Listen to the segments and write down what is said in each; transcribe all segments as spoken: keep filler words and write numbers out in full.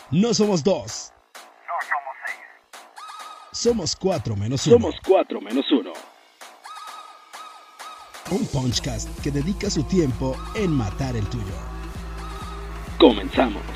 No somos dos. No somos seis. Somos cuatro menos uno. Somos cuatro menos uno. Un Punchcast que dedica su tiempo en matar el tuyo. Comenzamos.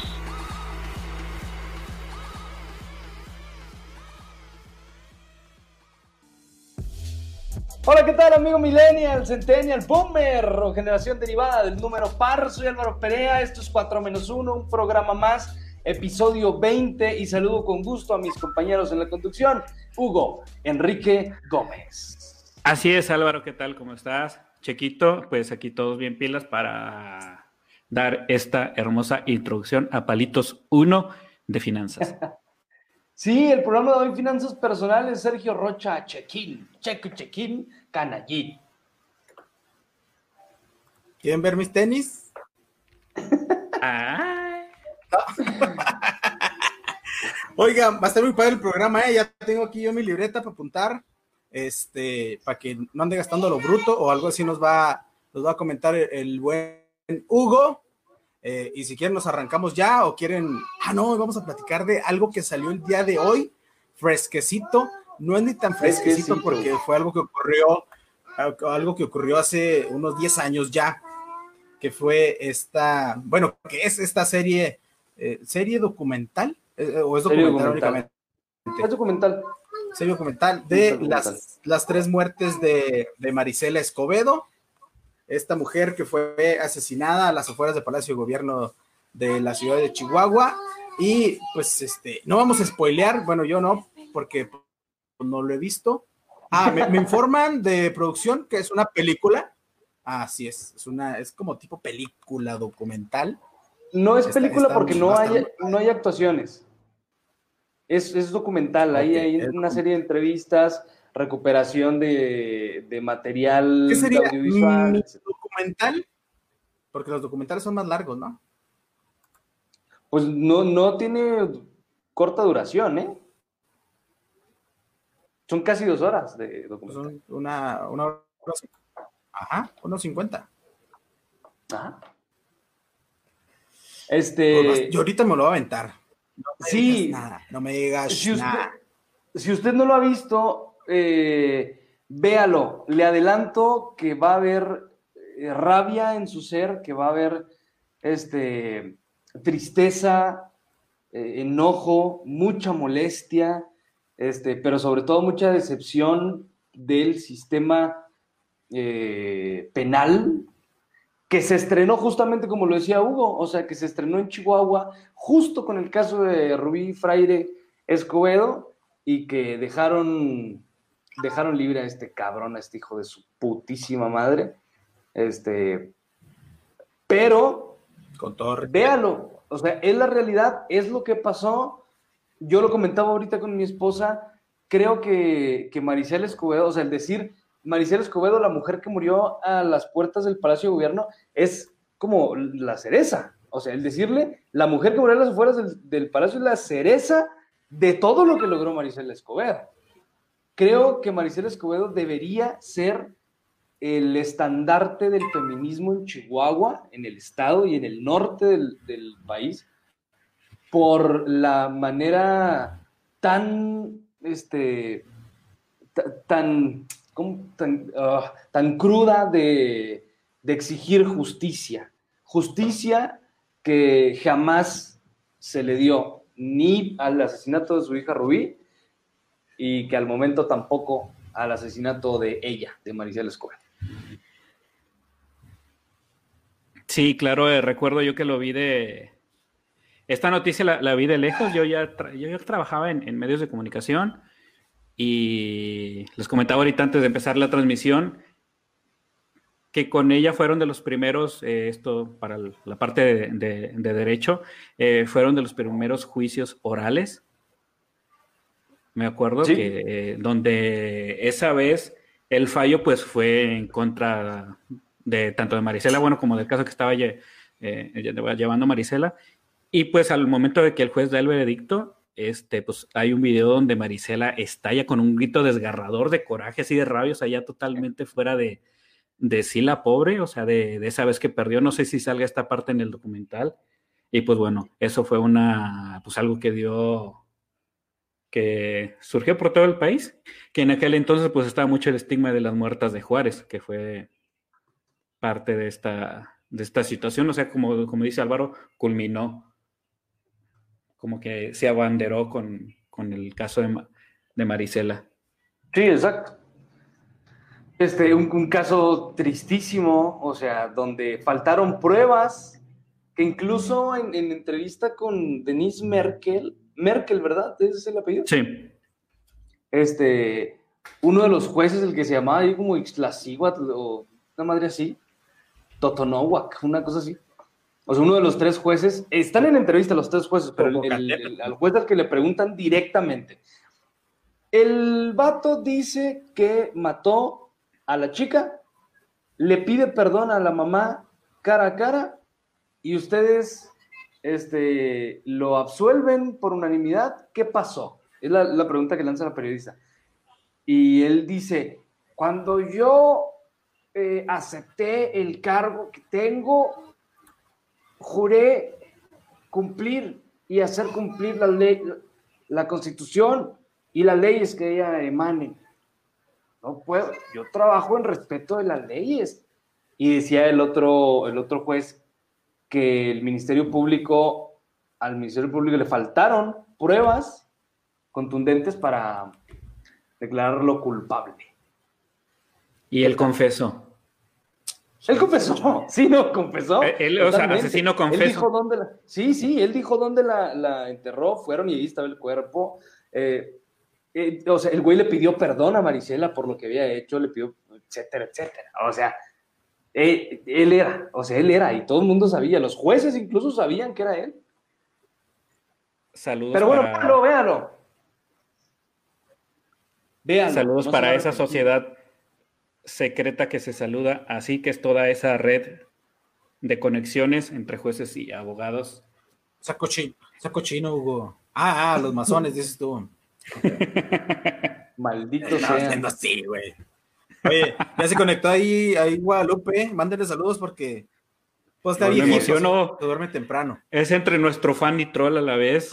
Hola, ¿qué tal, amigo Millennial, Centennial, Boomer o generación derivada del número par? Soy Álvaro Perea, esto es cuatro menos uno, un programa más, episodio veinte, y saludo con gusto a mis compañeros en la conducción, Hugo Enrique Gómez. Así es, Álvaro, ¿qué tal? ¿Cómo estás? Chequito, pues aquí todos bien pilas para dar esta hermosa introducción a Palitos uno de Finanzas. Sí, el programa de hoy, Finanzas Personales, Sergio Rocha, Chequín, Checo Chequín, Canallín. ¿Quieren ver mis tenis? Ay. Oigan, va a estar muy padre el programa, ¿eh? Ya tengo aquí yo mi libreta para apuntar, este, para que no ande gastando lo bruto o algo así nos va, nos va a comentar el, el buen Hugo. Eh, y si quieren nos arrancamos ya o quieren, ah no, vamos a platicar de algo que salió el día de hoy, fresquecito, no es ni tan fresquecito, fresquecito. Porque fue algo que ocurrió, algo que ocurrió hace unos diez años ya, que fue esta, bueno, que es esta serie, eh, serie documental, eh, o es documental, documental únicamente. Es documental. Serie documental de documental. Las, las tres muertes de, de Marisela Escobedo. Esta mujer que fue asesinada a las afueras del Palacio de Gobierno de la ciudad de Chihuahua. Y pues este, no vamos a spoilear, bueno, yo no, porque no lo he visto. Ah, me, me informan de producción que es una película. Ah, sí, es, es una, es como tipo película documental. No es película está, está, porque no hay, no hay actuaciones. Es, es documental, okay, ahí hay una serie de entrevistas, recuperación de, de material ¿Qué sería? audiovisual. ¿Documental? Porque los documentales son más largos, ¿no? Pues no, no tiene corta duración, ¿eh? Son casi dos horas de documental. Son una, una hora, ajá, unos cincuenta. Ajá. Este... Yo ahorita me lo voy a aventar. No me sí. digas nada, no me digas si usted, nada. Si usted no lo ha visto, eh, véalo. Le adelanto que va a haber eh, rabia en su ser, que va a haber este, tristeza, eh, enojo, mucha molestia, este, pero sobre todo mucha decepción del sistema eh, penal, que se estrenó justamente como lo decía Hugo, o sea, que se estrenó en Chihuahua, justo con el caso de Rubí Fraire Escobedo, y que dejaron, dejaron libre a este cabrón, a este hijo de su putísima madre, este, pero, con todo véalo, o sea, es la realidad, es lo que pasó. Yo lo comentaba ahorita con mi esposa, creo que, que Marisela Escobedo, o sea, el decir Marisela Escobedo, la mujer que murió a las puertas del Palacio de Gobierno, es como la cereza. O sea, el decirle, la mujer que murió a las afueras del, del Palacio es la cereza de todo lo que logró Marisela Escobedo. Creo que Marisela Escobedo debería ser el estandarte del feminismo en Chihuahua, en el estado y en el norte del, del país, por la manera tan, este, tan... Tan, uh, tan cruda de, de exigir justicia, justicia que jamás se le dio ni al asesinato de su hija Rubí y que al momento tampoco al asesinato de ella, de Marisela Escobedo. Sí, claro, eh, recuerdo yo que lo vi de... Esta noticia la, la vi de lejos, yo ya, tra... yo ya trabajaba en, en medios de comunicación. Y les comentaba ahorita antes de empezar la transmisión que con ella fueron de los primeros, eh, esto para la parte de, de, de derecho, eh, fueron de los primeros juicios orales. Me acuerdo ¿Sí? que eh, donde esa vez el fallo pues fue en contra de tanto de Marisela, bueno, como del caso que estaba eh, llevando Marisela. Y pues al momento de que el juez da el veredicto, Este, pues hay un video donde Marisela estalla con un grito desgarrador de coraje, así de rabia, o sea, ya totalmente fuera de, de sí la pobre, o sea, de, de esa vez que perdió, no sé si salga esta parte en el documental, Y pues bueno, eso fue una, pues algo que dio, que surgió por todo el país, que en aquel entonces pues estaba mucho el estigma de las muertas de Juárez, que fue parte de esta, de esta situación. O sea, como, como dice Álvaro, culminó, como que se abanderó con, con el caso de, Ma- de Marisela. Sí, exacto. Este, un, un caso tristísimo, o sea, donde faltaron pruebas, que incluso en, en entrevista con Denise Merkel, Merkel, ¿verdad? ¿Ese es el apellido? Sí, Este, uno de los jueces, el que se llamaba ahí como Ixtlacihuatl o una madre así, Totonahuac, una cosa así. O sea, uno de los tres jueces, están en entrevista los tres jueces, pero el, el, el- al juez al que le preguntan directamente. El vato dice que mató a la chica, le pide perdón a la mamá cara a cara y ustedes este, lo absuelven por unanimidad. ¿Qué pasó? Es la, la pregunta que lanza la periodista. Y él dice, cuando yo eh, acepté el cargo que tengo, juré cumplir y hacer cumplir la ley, la constitución y las leyes que ella emane. No puedo, yo trabajo en respeto de las leyes. Y decía el otro, el otro juez que el Ministerio Público, al Ministerio Público le faltaron pruebas contundentes para declararlo culpable. y él confesó. Él confesó, sí, no, confesó. Él, él, o sea, totalmente. asesino confeso. Él dijo dónde la, sí, sí, él dijo dónde la, la enterró, fueron y ahí estaba el cuerpo. Eh, eh, o sea, el güey le pidió perdón a Marisela por lo que había hecho, le pidió, etcétera, etcétera. O sea, él, él era, o sea, él era, y todo el mundo sabía, los jueces incluso sabían que era él. Saludos Pero bueno, para, véanlo, véanlo. Véanlo. saludos no se para va a esa arrepentir. sociedad secreta que se saluda, así que es toda esa red de conexiones entre jueces y abogados. Saco chino, saco chino, Hugo. Ah, ah, los masones, dices tú. Maldito Estaba sea. haciendo así, güey. Oye, ya se conectó ahí, ahí Guadalupe. Mándenle saludos porque pues está Igual me viejito, emociono. se, se duerme temprano. Es entre nuestro fan y troll a la vez.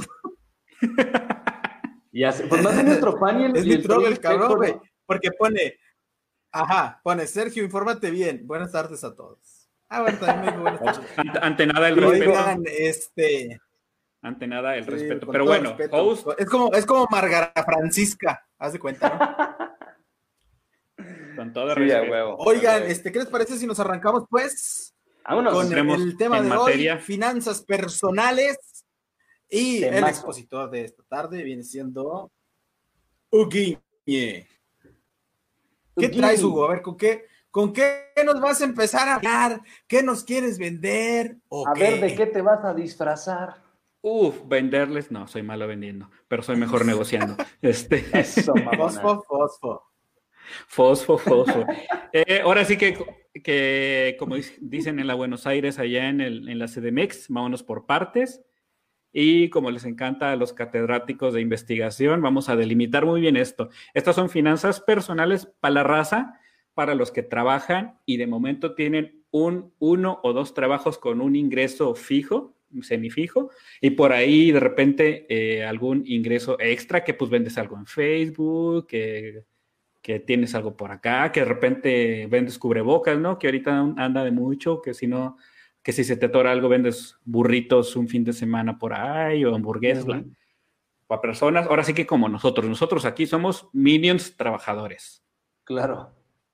Ya sé, pues más de nuestro fan y el, Es y mi el troll el espejo, cabrón, güey. ¿no? Porque pone, ajá, pone, Sergio, infórmate bien. Buenas tardes a todos. Ah, bueno, también me dijo buenas tardes. Ante, ante nada el respeto. Oigan, este... Ante nada el sí, respeto. con Pero todo bueno, respeto. host, Es como, es como Margarita Francisca, haz de cuenta, ¿no? con todo Sí, a respeto. huevo. Oigan, este, ¿qué les parece si nos arrancamos, pues, Vámonos. con el, entremos el tema en de materia. hoy, finanzas personales? Y el Temazo. expositor de esta tarde viene siendo Huguiñe. ¿Qué Huguín. traes, Hugo? A ver, ¿con qué, ¿con qué nos vas a empezar a hablar? ¿Qué nos quieres vender? ¿O A qué? ver, ¿de qué te vas a disfrazar? Uf, venderles, no, soy malo vendiendo, pero soy mejor negociando. Este, Eso, mamona. Fosfo, fosfo. fosfo, fosfo. Eh, ahora sí que, que, como dic- dicen en la Buenos Aires, allá en, el, en la C D M X, vámonos por partes. Y como les encanta a los catedráticos de investigación, vamos a delimitar muy bien esto. Estas son finanzas personales para la raza, para los que trabajan y de momento tienen un uno o dos trabajos con un ingreso fijo, semifijo, y por ahí de repente eh, algún ingreso extra, que pues vendes algo en Facebook, que, que tienes algo por acá, que de repente vendes cubrebocas, ¿no? Que ahorita anda de mucho, que si no, que si se te atora algo, vendes burritos un fin de semana por ahí o hamburguesas, Ujú. la- para personas. Ahora sí que como nosotros, nosotros aquí somos minions trabajadores. Claro.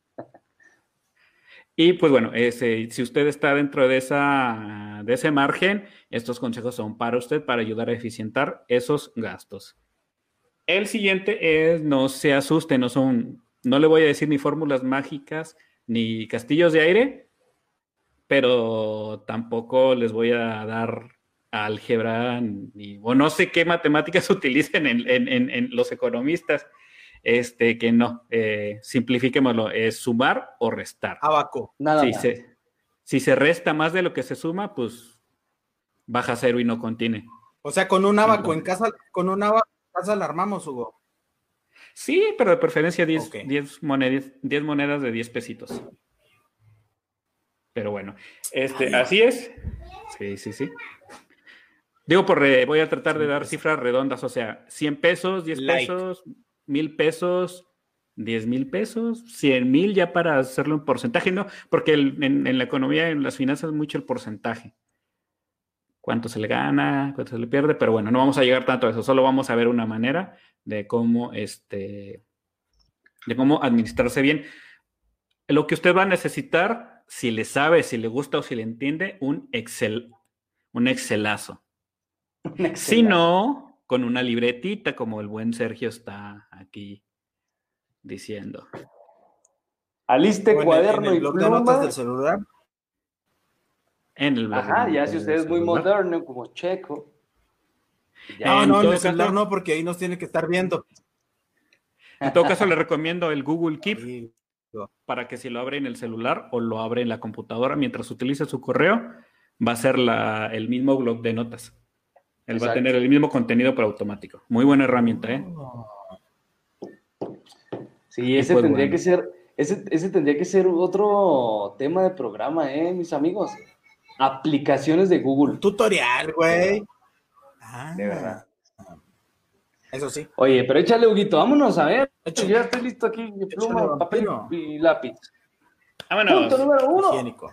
Y pues bueno, ese, si usted está dentro de, esa, de ese margen, estos consejos son para usted, para ayudar a eficientar esos gastos. El siguiente es, no se asuste, no son, no le voy a decir ni fórmulas mágicas, ni castillos de aire, pero tampoco les voy a dar álgebra, ni, o no sé qué matemáticas utilicen en, en, en, en los economistas. Este, que no, eh, simplifiquémoslo, es sumar o restar. Abaco. Nada Si más. se, si se resta más de lo que se suma, pues baja a cero y no contiene. O sea, con un abaco Sí. en casa, con un abaco en casa la armamos, Hugo. Sí, pero de preferencia diez, Ok. diez monedas, diez monedas de diez pesitos. Pero bueno, este, Ay. así es. Sí, sí, sí. Digo, por re- voy a tratar de dar cifras redondas, o sea, cien pesos, diez Light. pesos, mil pesos, diez mil pesos, cien mil ya para hacerlo un porcentaje, ¿no? Porque el- en, en la economía, en las finanzas, es mucho el porcentaje. Cuánto se le gana, cuánto se le pierde, pero bueno, no vamos a llegar tanto a eso, solo vamos a ver una manera de cómo, este, de cómo administrarse bien. Lo que usted va a necesitar, si le sabe, si le gusta o si le entiende, un Excel, un Excelazo. Si no, con una libretita, como el buen Sergio está aquí diciendo. Aliste O en el- cuaderno en el y blog de notas pluma. del celular. En el blog Ajá, de ya notas si del usted es muy celular. moderno, como Checo. ya- No, En no, en todo el celular caso- no, porque ahí nos tiene que estar viendo. En todo caso, le recomiendo el Google Keep Sí. para que si lo abre en el celular o lo abre en la computadora mientras utilice su correo, va a ser la, el mismo blog de notas. Él va a Exacto. tener el mismo contenido pero automático. Muy buena herramienta, ¿eh? Sí, ese pues, tendría bueno. que ser, ese, ese tendría que ser otro tema de programa, ¿eh, mis amigos? Aplicaciones de Google. Tutorial, güey. Ah, De verdad. Eso sí. Oye, pero échale, Huguito, vámonos a ver. Échale. Yo ya estoy listo aquí, mi pluma, Échale, papel vampiro. y lápiz. Punto Vámonos. número uno. Higiénico.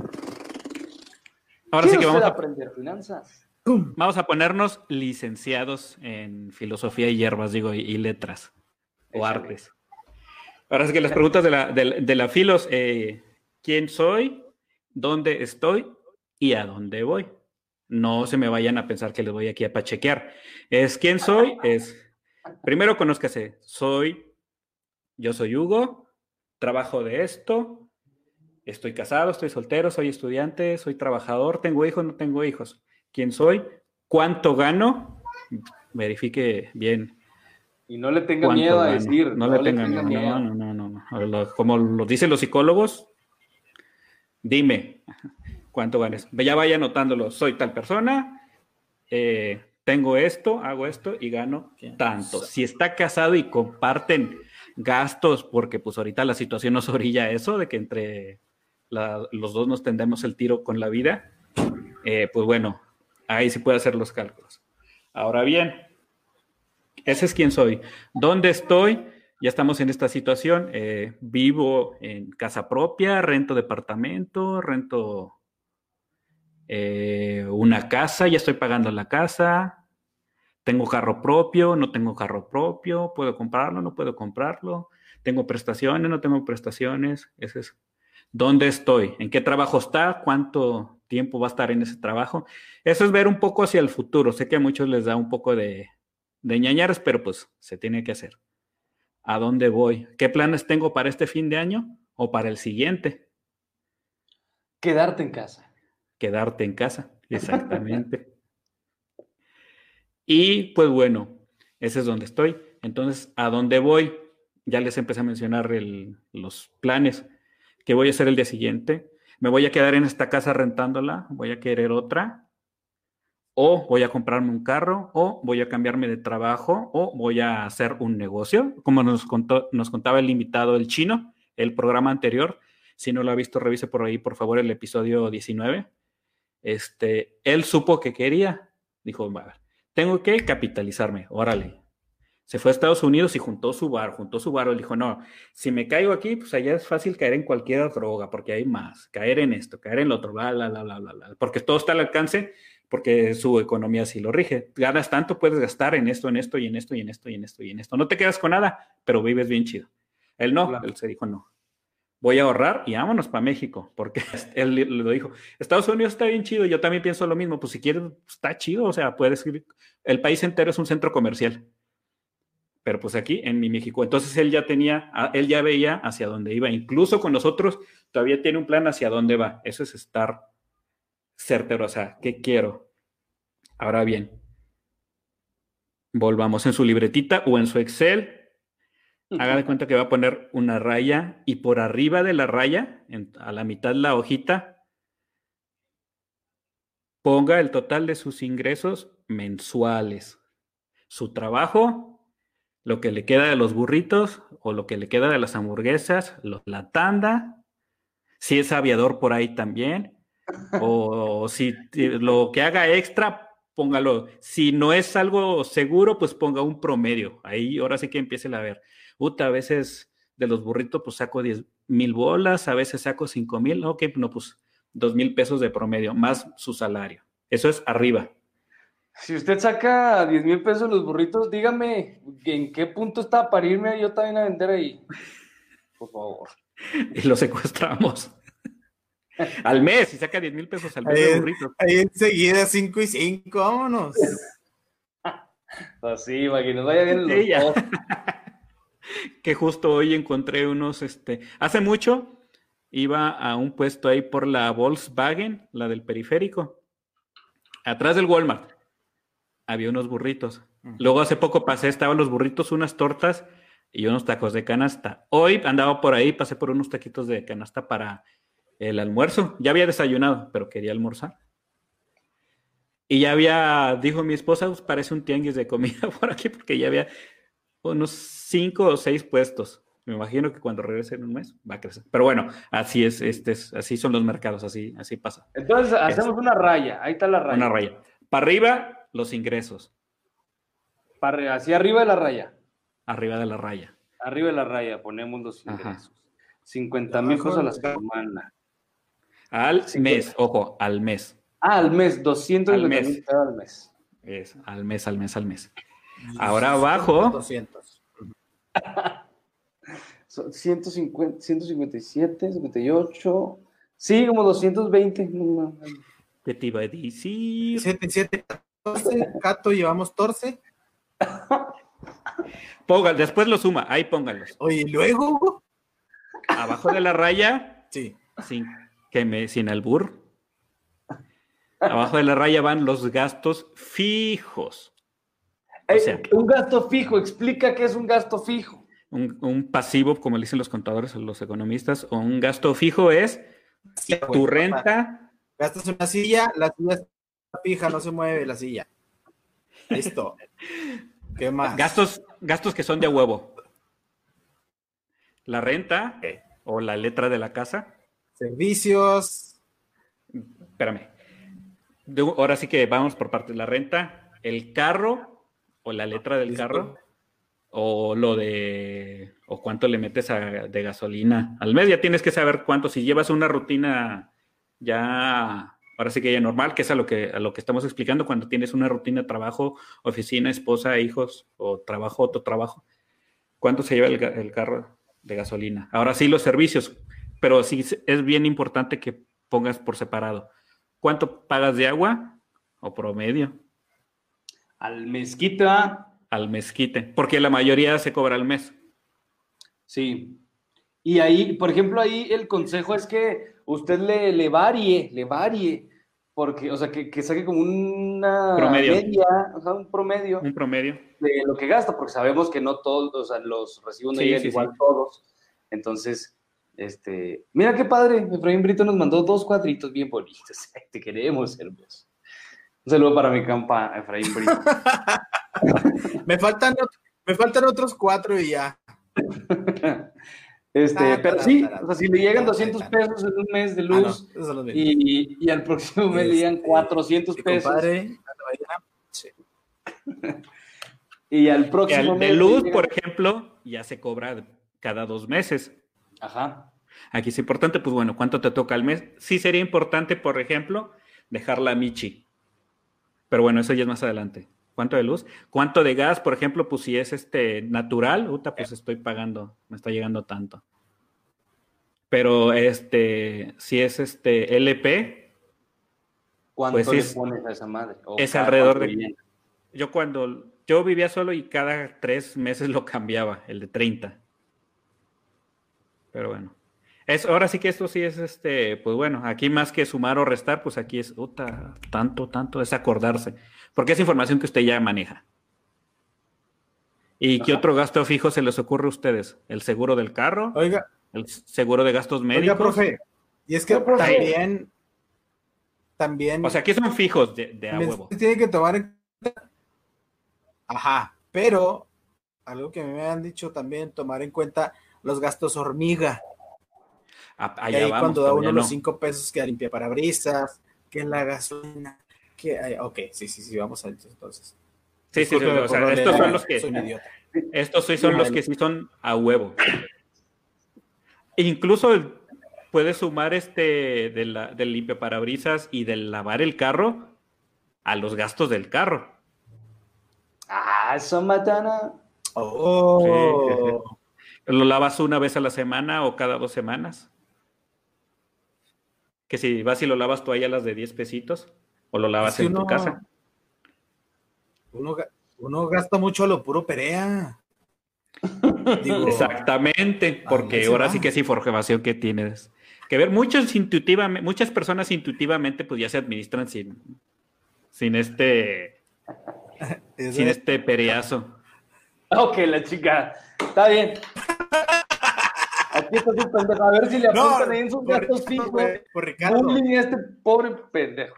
Ahora sí ¿Quiere que vamos usted a, aprender finanzas? vamos a ponernos licenciados en filosofía y hierbas, digo, y, y letras o Échale. artes. Ahora sí que las preguntas de la, de, de la filos, eh, ¿quién soy? ¿Dónde estoy? ¿Y a dónde voy? No se me vayan a pensar que les voy aquí a pachequear. Es quién soy, es, primero conózcase, soy, yo soy Hugo, trabajo de esto, estoy casado, estoy soltero, soy estudiante, soy trabajador, tengo hijos, no tengo hijos. ¿Quién soy? ¿Cuánto gano? Verifique bien. Y no le tenga ¿Cuánto miedo a gano? decir. No, le tenga miedo. No, no, no, no, no. Lo- Como lo dicen los psicólogos, dime cuánto ganas. Ya vaya anotándolo. Soy tal persona, eh, tengo esto, hago esto y gano tanto. Si está casado y comparten gastos, porque pues ahorita la situación nos orilla a eso, de que entre la- los dos nos tendemos el tiro con la vida, eh, pues bueno, ahí sí puede hacer los cálculos. Ahora bien, ese es quién soy. ¿Dónde estoy? Ya estamos en esta situación. Eh, vivo en casa propia, rento departamento, rento eh, una casa, ya estoy pagando la casa. Tengo carro propio, no tengo carro propio, puedo comprarlo, no puedo comprarlo. Tengo prestaciones, no tengo prestaciones. Ese es. ¿Dónde estoy? ¿En qué trabajo está? ¿Cuánto tiempo va a estar en ese trabajo? Eso es ver un poco hacia el futuro. Sé que a muchos les da un poco de, de ñañaras, pero pues se tiene que hacer. ¿A dónde voy? ¿Qué planes tengo para este fin de año o para el siguiente? Quedarte en casa. Quedarte en casa, exactamente. Y pues bueno, ese es donde estoy. Entonces, ¿a dónde voy? Ya les empecé a mencionar el, los planes. ¿Qué voy a hacer el día siguiente? ¿Me voy a quedar en esta casa rentándola? ¿Voy a querer otra? ¿O voy a comprarme un carro? ¿O voy a cambiarme de trabajo? ¿O voy a hacer un negocio? Como nos, contó, nos contaba el invitado, el chino, el programa anterior. Si no lo ha visto, revise por ahí, por favor, el episodio diecinueve. Este, él supo que quería. Dijo, a ver, tengo que capitalizarme, órale. Se fue a Estados Unidos y juntó su bar, juntó su bar. Él dijo, no, si me caigo aquí, pues allá es fácil caer en cualquier droga, porque hay más. Caer en esto, caer en lo otro, bla, bla, bla, bla, bla, bla. Porque todo está al alcance, porque su economía así lo rige. Ganas tanto, puedes gastar en esto, en esto, y en esto, y en esto, y en esto, y en esto. No te quedas con nada, pero vives bien chido. Él no, Claro. él se dijo, no. Voy a ahorrar y vámonos para México, porque él lo dijo. Estados Unidos está bien chido, yo también pienso lo mismo. Pues si quieres, está chido, o sea, puedes ir. El país entero es un centro comercial. Pero pues aquí en mi México. Entonces él ya tenía, él ya veía hacia dónde iba. Incluso con nosotros todavía tiene un plan hacia dónde va. Eso es estar certero. O sea, ¿qué quiero? Ahora bien, volvamos en su libretita o en su Excel. Haga de cuenta que va a poner una raya y por arriba de la raya, en, a la mitad de la hojita, ponga el total de sus ingresos mensuales. Su trabajo, lo que le queda de los burritos o lo que le queda de las hamburguesas, lo, la tanda, si es aviador por ahí también, o si lo que haga extra póngalo. Si no es algo seguro, pues ponga un promedio. Ahí ahora sí que empiece a ver. Uta, a veces de los burritos pues saco diez mil bolas, a veces saco cinco mil. Ok, no, pues dos mil pesos de promedio, más su salario. Eso es arriba. Si usted saca diez mil pesos los burritos, dígame en qué punto está para irme yo también a vender ahí. Por favor. Y lo secuestramos. Al mes, si saca diez mil pesos al mes de burritos. Ahí enseguida cinco y cinco, vámonos. Así, para que nos vaya bien los Sí, ya. dos. Que justo hoy encontré unos, este, hace mucho iba a un puesto ahí por la Volkswagen, la del periférico, atrás del Walmart, había unos burritos. Luego hace poco pasé, estaban los burritos, unas tortas y unos tacos de canasta. Hoy andaba por ahí, pasé por unos taquitos de canasta para el almuerzo. Ya había desayunado, pero quería almorzar. Y ya había, dijo mi esposa, pues parece un tianguis de comida por aquí, porque ya había unos cinco o seis puestos. Me imagino que cuando regrese en un mes va a crecer. Pero bueno, así es, este es, así son los mercados, así, así pasa. Entonces hacemos una raya, ahí está la raya. Una raya. Para arriba, los ingresos. Para, hacia arriba de la raya. Arriba de la raya. Arriba de la raya ponemos los ingresos. Ajá. cincuenta mil pesos a la semana. Al Sí, mes, ojo, al mes. Ah, al mes, doscientos Al mil mes. pesos al mes. Es, al mes, al mes, al mes. Ahora abajo, doscientos. Son ciento cincuenta, ciento cincuenta y siete, cincuenta y ocho. Sí, como doscientos veinte. No, no, no. ¿qué te iba a decir? siete, siete, catorce, Cato, llevamos catorce. Ponga, después lo suma, ahí pónganlos. Oye, ¿y luego? Abajo de la raya, Sí. sin, que me, sin albur. Abajo de la raya van los gastos fijos. Eh, O sea, un gasto fijo, explica qué es un gasto fijo. un, un pasivo, como le dicen los contadores o los economistas, o un gasto fijo es Sí, güey, tu papá. renta. Gastas una silla, la silla está fija, no se mueve la silla. Listo. ¿Qué más? Gastos, gastos que son de a huevo. La renta o la letra de la casa. Servicios. Espérame. De- ahora sí que vamos por partes. La renta, el carro o la letra del Listo. carro o lo de o cuánto le metes a- de gasolina al mes. Ya tienes que saber cuánto. Si llevas una rutina ya, ahora sí que ya normal, que es a lo que a lo que estamos explicando cuando tienes una rutina de trabajo, oficina, esposa, hijos o trabajo, otro trabajo. ¿Cuánto se lleva el, ga- el carro de gasolina? Ahora sí los servicios, pero sí es bien importante que pongas por separado. ¿Cuánto pagas de agua o promedio Al mezquita, al mezquite? Porque la mayoría se cobra al mes. sí. Y ahí, por ejemplo, ahí el consejo es que usted le, le varíe, le varíe, porque, o sea, que, que saque como una Promedio. media, o sea, un promedio Un promedio. de lo que gasta, porque sabemos que no todos, o sea, los recibos no Sí, llegan sí, igual sí. todos. Entonces, este, mira qué padre, Efraín Brito nos mandó dos cuadritos bien bonitos. Te queremos, hermoso. Un saludo para mi campa, Efraín Brito. Me faltan, ot- me faltan otros cuatro y ya. Este, Ah, pero tará, sí, tará, o sea, si le llegan tará, doscientos tará. pesos en un mes de Ah, no, luz esos son los mismos. y, y al próximo mes le llegan Este, cuatrocientos Mi pesos compadre, Ana María, sí. y al próximo El mes de le luz, llegan- por ejemplo, ya se cobra cada dos meses. Ajá. Aquí es importante, pues bueno, ¿cuánto te toca al mes? Sí sería importante, por ejemplo, dejar la michi. Pero bueno, eso ya es más adelante. ¿Cuánto de luz? ¿Cuánto de gas? Por ejemplo, pues si es este natural, puta, pues estoy pagando, me está llegando tanto. Pero este, si es este L P, ¿Cuánto Pues le es- pones a esa madre? O es cada alrededor cuánto de- llena. yo cuando yo vivía solo y cada tres meses lo cambiaba, el de treinta. Pero bueno. Es, ahora sí que esto sí es este, pues bueno, aquí más que sumar o restar, pues aquí es puta, tanto, tanto, es acordarse. Porque es información que usted ya maneja. ¿Y qué Ajá. otro gasto fijo se les ocurre a ustedes? ¿El seguro del carro? Oiga, ¿El seguro de gastos médicos? oiga, profe. Y es que Oiga, profe. también, también, O sea, aquí son fijos de, de a también huevo. se tiene que tomar en cuenta. Ajá, pero algo que me han dicho también, tomar en cuenta los gastos hormiga. A- Y Allá ahí vamos, cuando da pero uno ya los no. cinco pesos que limpia parabrisas, que la gasolina, ¿Qué hay? Ok, sí, sí, sí, vamos a entonces. Sí, sí, sí, o sea, estos son los que... Soy un idiota. Estos sí son los que sí son a huevo. Incluso el- puedes sumar este de la, del limpiaparabrisas y del lavar el carro a los gastos del carro. Ah, eso matana. Oh. Sí. Lo lavas una vez a la semana o cada dos semanas. Que si vas y lo lavas tú ahí a las de diez pesitos o lo lavas Es que en uno, tu casa. Uno, uno gasta mucho a lo puro Perea. Digo, Exactamente, porque ahí se ahora va. sí que es información que tienes que ver. Muchos intuitivamente, muchas personas intuitivamente pues ya se administran sin, sin este, Eso- sin este pereazo. Ok, la chica. Está bien. Aquí está su pendejo. A ver si le No, apuntan ahí en sus por- gastos fijos. por- por Ricardo. Bullying a este pobre pendejo.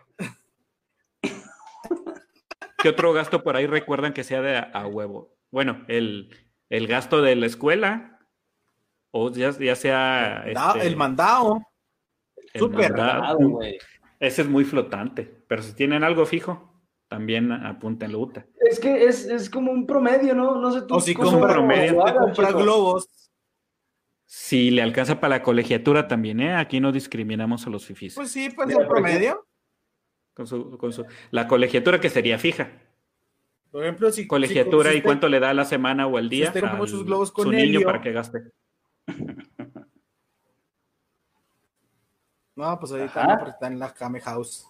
¿Qué otro gasto por ahí recuerdan que sea de a, a huevo? Bueno, el, el gasto de la escuela, o ya, ya sea Da- este, el mandado. el súper. mandado. Claro, güey. Ese es muy flotante, pero si tienen algo fijo, también apúntenlo. Uta. Es que es, es como un promedio, ¿no? No sé tú. O si cómo- compra, promedio. o si cómo te hagas, compra chico. globos. Si le alcanza para la colegiatura también, ¿eh? Aquí no discriminamos a los fifís. Pues sí, pues Mira, el por promedio. Con su, con su, la colegiatura que sería fija. Por ejemplo, si Colegiatura si- y cuánto le da a la semana o al si día usted compra al- muchos globos con su niño helio. para que gaste. No, pues ahorita Ajá. no, porque está en la Kame House.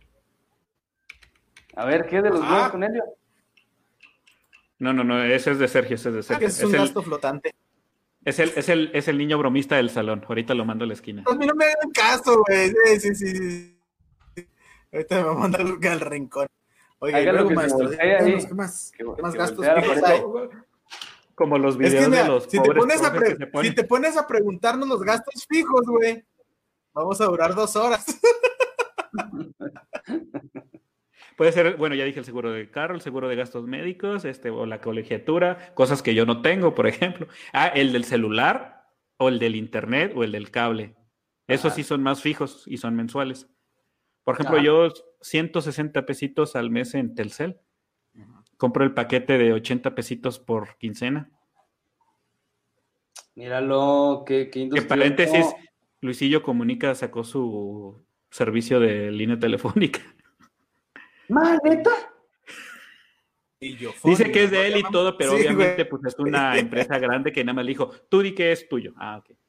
A ver, ¿qué de los Ah. huevos con Helio? No, no, no, ese es de Sergio, ese es de O sea, Sergio. que es Es un el, gasto flotante. es, el, es, el, es el niño bromista del salón. Ahorita lo mando a la esquina. A mí no me hagan caso, güey. Sí, sí, sí, sí. Ahorita me va a mandar al rincón. Oiga, y Hágalo luego, que se maestro, voltee ahí. díganos, ¿qué más? Que- ¿Qué más que gastos voltea la fijos pared. hay? Como los Es videos que, mira, de los si te, pobres pones a profes pre- que se ponen. si te pones a preguntarnos los gastos fijos, güey, vamos a durar dos horas. Puede ser, bueno, ya dije el seguro de carro, el seguro de gastos médicos, este, o la colegiatura, cosas que yo no tengo, por ejemplo. Ah, el del celular, o el del internet, o el del cable. Esos Ajá. sí son más fijos y son mensuales. Por ejemplo, Ajá. yo ciento sesenta pesitos al mes en Telcel. Compro el paquete de ochenta pesitos por quincena. Míralo, qué, qué Que industria. paréntesis, No, Luisillo Comunica sacó su servicio de línea telefónica. ¿Ma, neta? Y yo, Dice que es de ¿no? él y todo, pero Sí, obviamente güey. pues es una empresa grande que nada más le dijo, tú di que es tuyo. Ah, ok.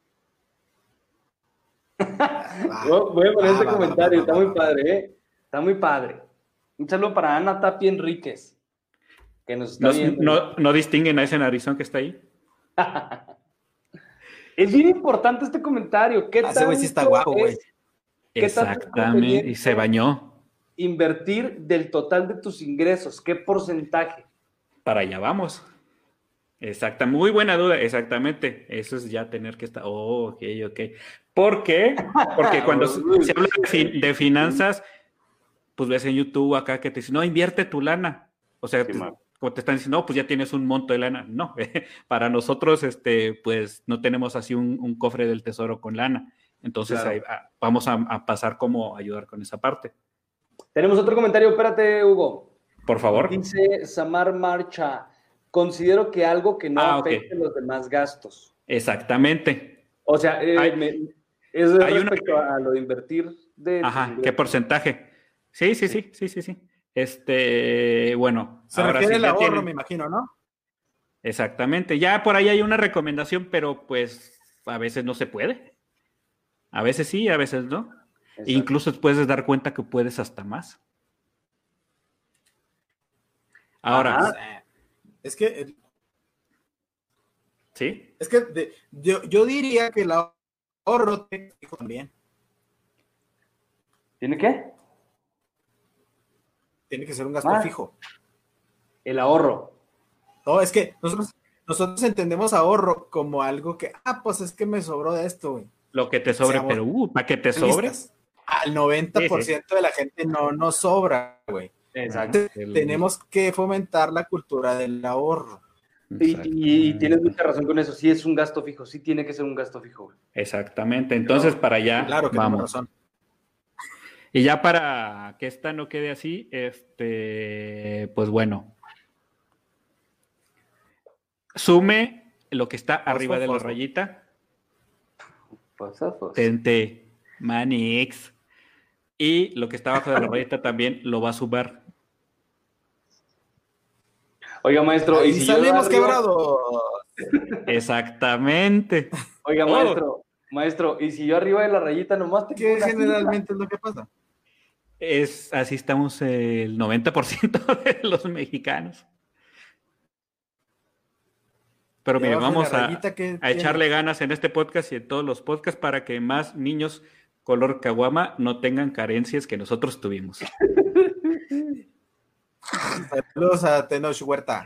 Va, Voy voy a poner va, este va, va, comentario, va, está va, muy va. padre, ¿eh? Está muy padre. Un saludo para Ana Tapia Enríquez, que nos está No, viendo. no, no distinguen a ese narizón que está ahí. Es bien importante este comentario. ¿Qué Ah, ese güey sí está tanto guapo, güey. es ¿Qué tanto es Exactamente. Y se conveniente? bañó. Invertir del total de tus ingresos? ¿Qué porcentaje? Para allá vamos. Exacta, muy buena duda, exactamente. Eso es ya tener que estar. Oh, ok, ok. ¿Por qué? Porque cuando se, se habla de, fi- de finanzas, pues ves en YouTube acá que te dicen, no, invierte tu lana. O sea, Sí, te- man. como te están diciendo, no, pues ya tienes un monto de lana. No, para nosotros, este, pues no tenemos así un, un cofre del tesoro con lana. Entonces Claro. ahí, ah, vamos a, a pasar como ayudar con esa parte. Tenemos otro comentario, espérate, Hugo. Por favor. Dice Samar Marcha, considero que algo que no Ah, ok. afecte los demás gastos. Exactamente. O sea, eh, Hay- me- es hay una- respecto a lo de invertir de tus Ajá, ¿qué ingresos. porcentaje? Sí, sí, sí, sí, sí, sí. Este, bueno, Se ahora refiere sí al ya ahorro, tienen- me imagino, ¿no? Exactamente. Ya por ahí hay una recomendación, pero pues a veces no se puede. A veces sí, a veces no. Exacto. Incluso puedes dar cuenta que puedes hasta más. Ahora, Ajá. O sea, es que, eh, ¿sí? es que de- yo, yo diría que el ahorro te- también ¿Tiene qué? tiene que ser un gasto Ah. fijo. El ahorro. No, es que nosotros, nosotros entendemos ahorro como algo que, ah, pues es que me sobró de esto, güey. Lo que te sobre, Seamos pero uh, para que te sobre. Realistas. Al noventa por ciento de la gente no nos sobra, güey. Exacto. El- Tenemos que fomentar la cultura del ahorro. Y, y- y tienes mucha razón con eso. Sí es un gasto fijo. Sí tiene que ser un gasto fijo. güey. Exactamente. Entonces, para allá Claro que vamos. tenemos razón. Y ya para que esta no quede así, este, pues bueno. Sume lo que está arriba de la fosfo. rayita. Fosfos. Tente, Manix. Y lo que está abajo de la rayita también lo va a sumar. Oiga, maestro, Ahí y si yo salimos arriba- quebrados. Exactamente. Oiga, Oh. maestro, maestro, y si yo arriba de la rayita nomás te Que pongo una generalmente es lo que pasa. Es, así estamos el noventa por ciento de los mexicanos. Pero Y mire, abajo de vamos la a, rayita, ¿qué a tiene? echarle ganas en este podcast y en todos los podcasts para que más niños color caguama no tengan carencias que nosotros tuvimos. Saludos a Tenoch Huerta.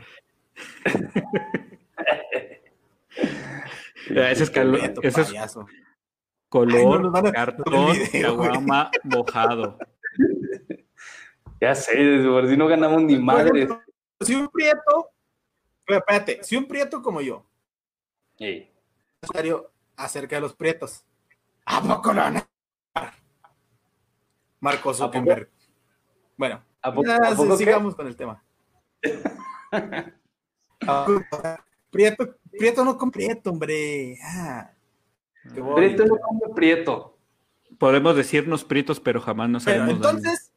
Ese es, calo- Prieto, ese es payaso. color Ay, no nos van a- cartón el video, güey. caguama mojado. Ya sé, por si no ganamos ni Por madres. ejemplo, si un prieto, pero espérate, si un prieto como yo, Ey. comentario acerca de los prietos, ¿a poco lo van a- Marco Zuckerberg. Bueno, ¿A poco- ya, a poco qué? sigamos con el tema. Ah, Prieto, Prieto no con Prieto, hombre. Ah, qué voy. Prieto no come prieto. Podemos decirnos prietos, pero jamás nos Pero haremos daño. entonces,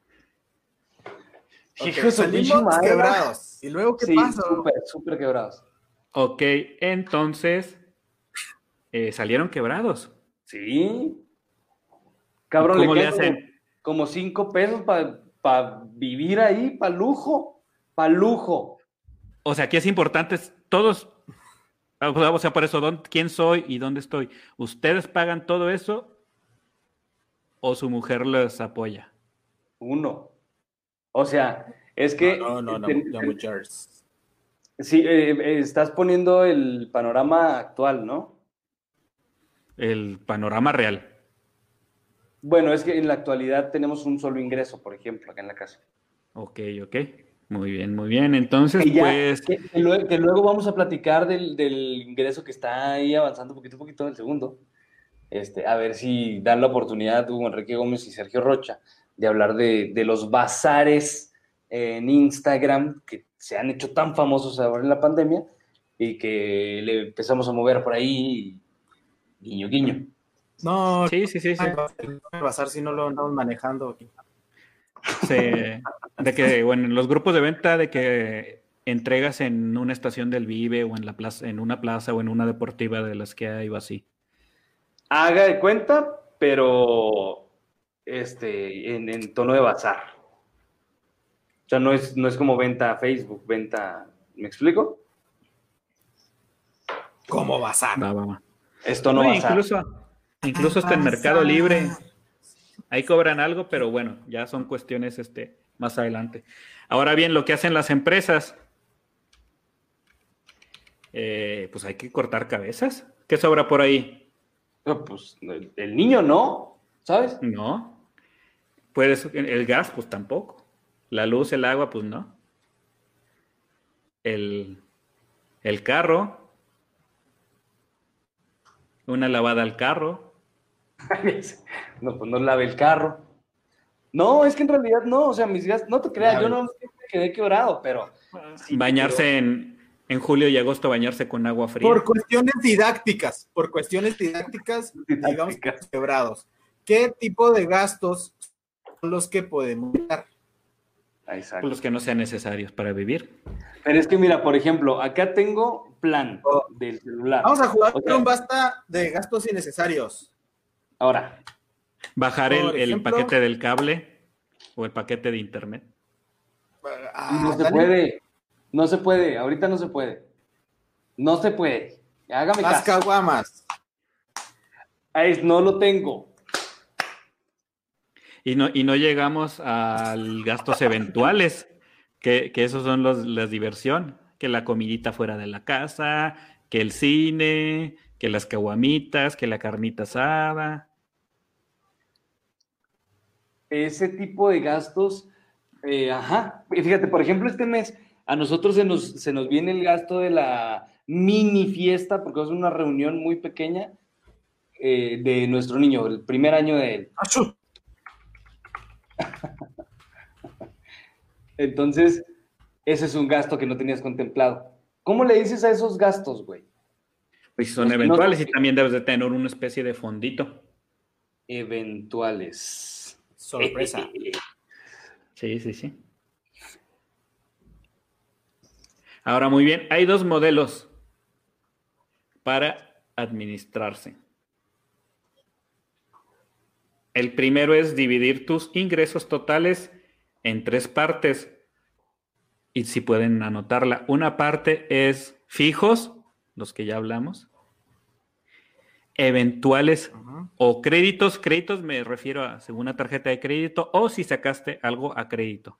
ok, Hijo de su pinche salimos madre. quebrados. ¿Y luego qué Sí, pasa? súper, súper quebrados. Ok, entonces eh, salieron quebrados. Sí. Cabrón, ¿Cómo le, le quedan hacen? Como, como cinco pesos para vivir ahí, para lujo. Para lujo. O sea, aquí es importante, es- todos, o sea, por eso, ¿dónde- ¿quién soy y dónde estoy? ¿Ustedes pagan todo eso o su mujer les apoya? Uno. O sea, es que. No, no, no, ten- no, no, muchachos. Sí, eh, eh, estás poniendo el panorama actual, ¿no? El panorama real. Bueno, es que en la actualidad tenemos un solo ingreso, por ejemplo, acá en la casa. Ok, ok. Muy bien, muy bien. Entonces, Y ya, pues, que, que luego, que luego vamos a platicar del, del ingreso que está ahí avanzando poquito a poquito el segundo. Este, a ver si dan la oportunidad, Hugo Enrique Gómez y Sergio Rocha, de hablar de, de los bazares en Instagram que se han hecho tan famosos ahora en la pandemia y que le empezamos a mover por ahí, guiño, guiño. No, sí, sí, sí, sí. no va a pasar si no lo andamos manejando aquí. Se- de que, bueno, en los grupos de venta de que entregas en una estación del Vive o en la plaza, en una plaza o en una deportiva de las que hay o así. Haga de cuenta, pero este, en, en tono de bazar. O sea, no es, no es como venta a Facebook, venta... ¿Me explico? ¿Cómo bazar? Va, va, va. Es tono No, bazar. incluso, incluso hasta en Mercado Libre. Ahí cobran algo, pero bueno, ya son cuestiones este, más adelante. Ahora bien, lo que hacen las empresas, eh, pues hay que cortar cabezas. ¿Qué sobra por ahí? Pero, pues el, el niño no, ¿sabes? No. Puedes, el gas, pues tampoco. La luz, el agua, pues no. El, el carro. Una lavada al carro. No, pues no lave el carro. No, es que en realidad no, o sea, mis gastos, no te creas, yo no me quedé quebrado, pero... sí, Bañarse en, en julio y agosto, bañarse con agua fría. Por cuestiones didácticas, por cuestiones didácticas, digamos Didácticas. quebrados. ¿Qué tipo de gastos son los que podemos dar? Exacto. Los que no sean necesarios para vivir. Pero es que mira, por ejemplo, acá tengo plan Oh. del celular. Vamos a jugar O sea, con un basta de gastos innecesarios. ahora, Bajar el, Por el ejemplo- paquete del cable o el paquete de internet. Ah, no se Dani, puede, no se puede, ahorita no se puede. No se puede. Hágame Las caso. caguamas. Ahí, no lo tengo. Y no, y no llegamos a gastos eventuales, que, que esos son los, la diversión, que la comidita fuera de la casa, que el cine, que las caguamitas, que la carnita asada. Ese tipo de gastos, eh, ajá. Y fíjate, por ejemplo, este mes a nosotros se nos, se nos viene el gasto de la mini fiesta, porque es una reunión muy pequeña eh, de nuestro niño, el primer año de él. ¡Achú! Entonces, ese es un gasto que no tenías contemplado. ¿Cómo le dices a esos gastos, güey? Pues son Los que eventuales no- y también debes de tener una especie de fondito. Eventuales. Sorpresa. Sí, sí, sí. Ahora, muy bien, hay dos modelos para administrarse. El primero es dividir tus ingresos totales en tres partes. Y si pueden anotarla, una parte es fijos, los que ya hablamos, eventuales Ajá. o créditos. Créditos me refiero a según una tarjeta de crédito o si sacaste algo a crédito.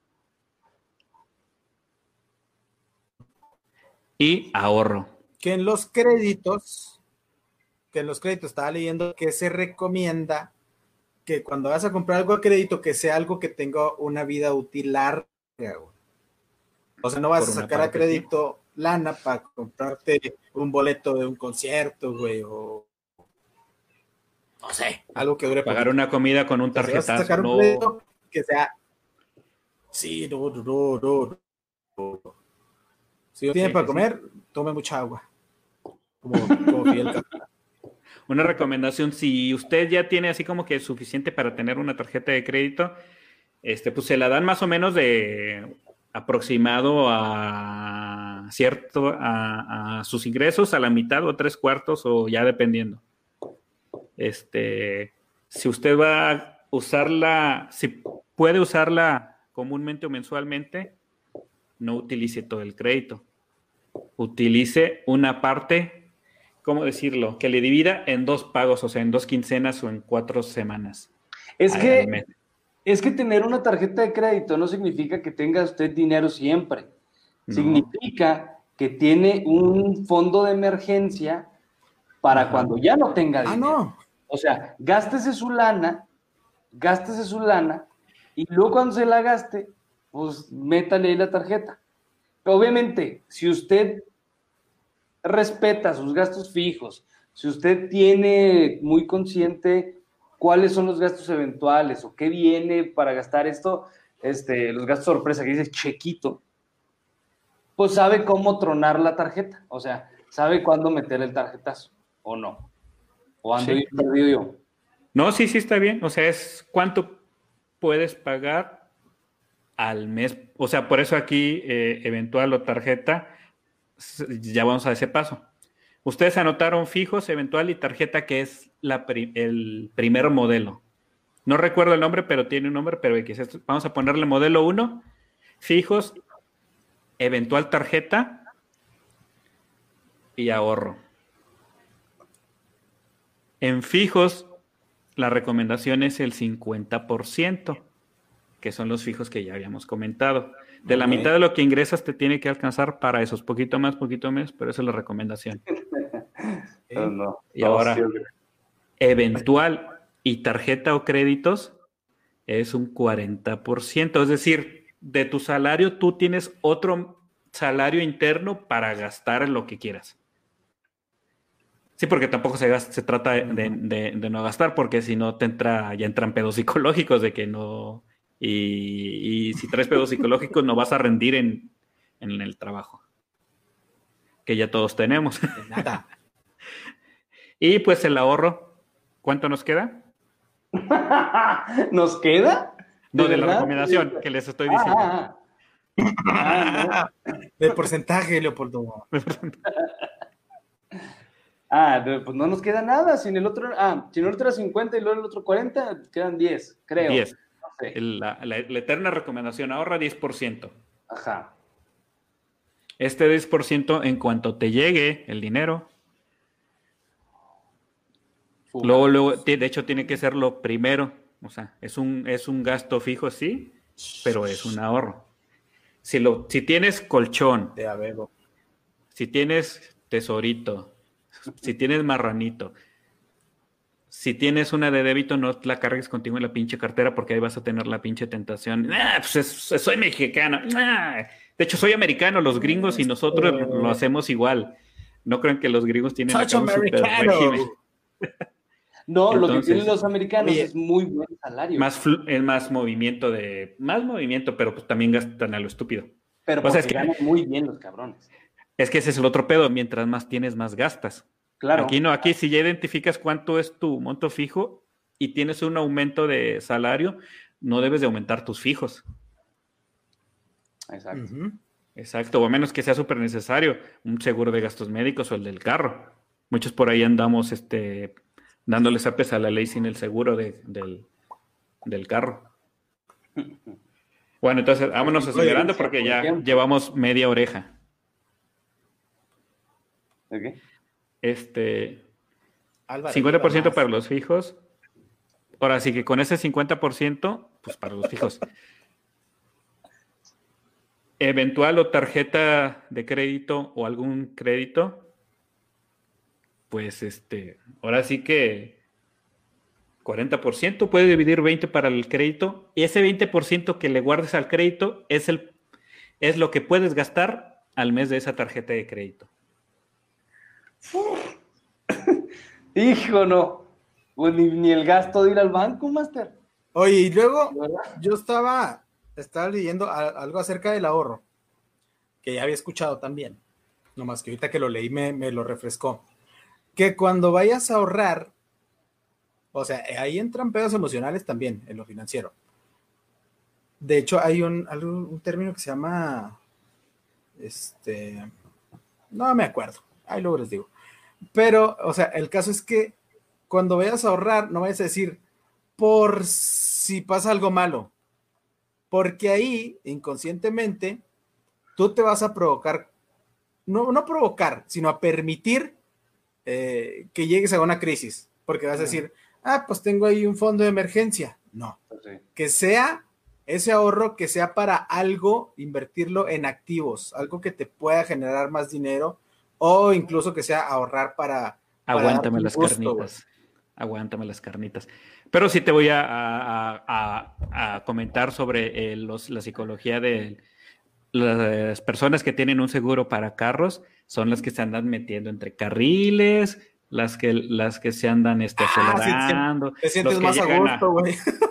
Y ahorro. Que en los créditos, que en los créditos estaba leyendo que se recomienda que cuando vas a comprar algo a crédito, que sea algo que tenga una vida útil larga, güey. O sea, no vas Por a una sacar a parte, crédito lana para comprarte un boleto de un concierto, güey, o no sé, algo que dure Pagar poquito. una comida con un O sea, si vas a tarjetazo. sacar un No, crédito que sea. Sí, no, no, no, no, no. Si no tiene Sí, para sí, comer, tome mucha agua. Como, como Fidel Castro. una recomendación, si usted ya tiene así como que suficiente para tener una tarjeta de crédito, este, pues se la dan más o menos de aproximado a cierto, a, a sus ingresos, a la mitad o tres cuartos, o ya dependiendo. Este, si usted va a usarla, si puede usarla comúnmente o mensualmente, no utilice todo el crédito. Utilice una parte, ¿cómo decirlo? Que le divida en dos pagos, o sea, en dos quincenas o en cuatro semanas. Es al que, mes. es que tener una tarjeta de crédito no significa que tenga usted dinero siempre. No. Significa que tiene un fondo de emergencia para Ajá. cuando ya no tenga Ah, dinero. no. O sea, gástese su lana, gástese su lana, y luego cuando se la gaste, pues métale ahí la tarjeta. Obviamente, si usted respeta sus gastos fijos, si usted tiene muy consciente cuáles son los gastos eventuales o qué viene para gastar esto, este, los gastos sorpresa que dice chequito, pues sabe cómo tronar la tarjeta, o sea, sabe cuándo meter el tarjetazo, o no, o ando Sí. bien perdido yo. No, sí, sí está bien. O sea, es cuánto puedes pagar al mes. O sea, por eso aquí, eh, eventual o tarjeta, s- ya vamos a ese paso. Ustedes anotaron fijos, eventual y tarjeta, que es la pri- el primer modelo. No recuerdo el nombre, pero tiene un nombre, pero X. Esto- vamos a ponerle modelo uno, fijos, eventual tarjeta y ahorro. En fijos, la recomendación es el cincuenta por ciento, que son los fijos que ya habíamos comentado. De la Ok. mitad de lo que ingresas te tiene que alcanzar para esos, poquito más, poquito menos, pero esa es la recomendación. No, no, Y no, ahora, sí, ok. eventual y tarjeta o créditos es un cuarenta por ciento. Es decir, de tu salario tú tienes otro salario interno para gastar en lo que quieras. Sí, porque tampoco se, gasta, se trata de, de, de, de no gastar, porque si no te entra, ya entran pedos psicológicos de que no... Y, y si traes pedos psicológicos no vas a rendir en, en el trabajo, que ya todos tenemos. De nada. Y pues el ahorro, ¿cuánto nos queda? ¿Nos queda? No, de, de la verdad? recomendación que les estoy Ah, diciendo. ah, ah. Ah, no. De porcentaje, Leopoldo. Ah, de- pues no nos queda nada. Si en el otro, ah, si en el otro era cincuenta y luego el otro cuarenta, quedan diez, creo. diez. No sé. El- la, la- la eterna recomendación, ahorra diez por ciento. Ajá. Este diez por ciento en cuanto te llegue el dinero, Fuga. luego, luego, ti- de hecho tiene que ser lo primero. O sea, es un, es un gasto fijo, sí, pero es un ahorro. Si, lo, si tienes colchón, De abebo. si tienes tesorito, si tienes marranito, si tienes una de débito, no la cargues contigo en la pinche cartera porque ahí vas a tener la pinche tentación. Ah, pues es- soy mexicano. Ah. De hecho, soy americano, los gringos y nosotros lo hacemos igual. No crean que los gringos tienen Touch acá un super americano. régimen. No, lo que Entonces, tienen los americanos oye, es muy buen salario. Más, flu- es más movimiento de, más movimiento, pero pues también gastan a lo estúpido. pero o porque sea, es que- ganan muy bien los cabrones. Es que ese es el otro pedo, mientras más tienes, más gastas. Claro. Aquí no, aquí si ya identificas cuánto es tu monto fijo y tienes un aumento de salario, no debes de aumentar tus fijos. Exacto. Ujú. Exacto, o a menos que sea súper necesario, un seguro de gastos médicos o el del carro. Muchos por ahí andamos este, dándole zapes a la ley sin el seguro de- del, del carro. Bueno, entonces vámonos Oye, acelerando por porque ya ejemplo. llevamos media oreja. ¿Ok? Este, Álvaro, cincuenta por ciento más. para los fijos. Ahora sí que con ese cincuenta por ciento, pues para los fijos. Eventual o tarjeta de crédito o algún crédito, pues este, ahora sí que cuarenta por ciento puede dividir veinte para el crédito y ese veinte por ciento que le guardes al crédito es, el, es lo que puedes gastar al mes de esa tarjeta de crédito. Hijo, no. Pues ni, ni el gasto de ir al banco, Master. Oye, y luego ¿Verdad? yo estaba, estaba leyendo a- algo acerca del ahorro, que ya había escuchado también, nomás que ahorita que lo leí me, me lo refrescó. Que cuando vayas a ahorrar, o sea, ahí entran pedos emocionales también en lo financiero. De hecho, hay un, algo- un término que se llama, este, no me acuerdo, ahí luego les digo. Pero, o sea, el caso es que cuando vayas a ahorrar, no vayas a decir, por si pasa algo malo, porque ahí, inconscientemente, tú te vas a provocar, no, no provocar, sino a permitir eh, que llegues a una crisis, porque vas a decir, ah, pues tengo ahí un fondo de emergencia. No, Sí. que sea ese ahorro, que sea para algo, invertirlo en activos, algo que te pueda generar más dinero, o incluso que sea ahorrar para... para Aguántame darte las un gusto, carnitas. Aguántame las carnitas. Pero sí te voy a, a- a- a comentar sobre eh, los- la psicología de las personas que tienen un seguro para carros. Son las que se andan metiendo entre carriles, las que, las que se andan este, Ah, sí, sí. acelerando. Te sientes los que más a llegan gusto, güey.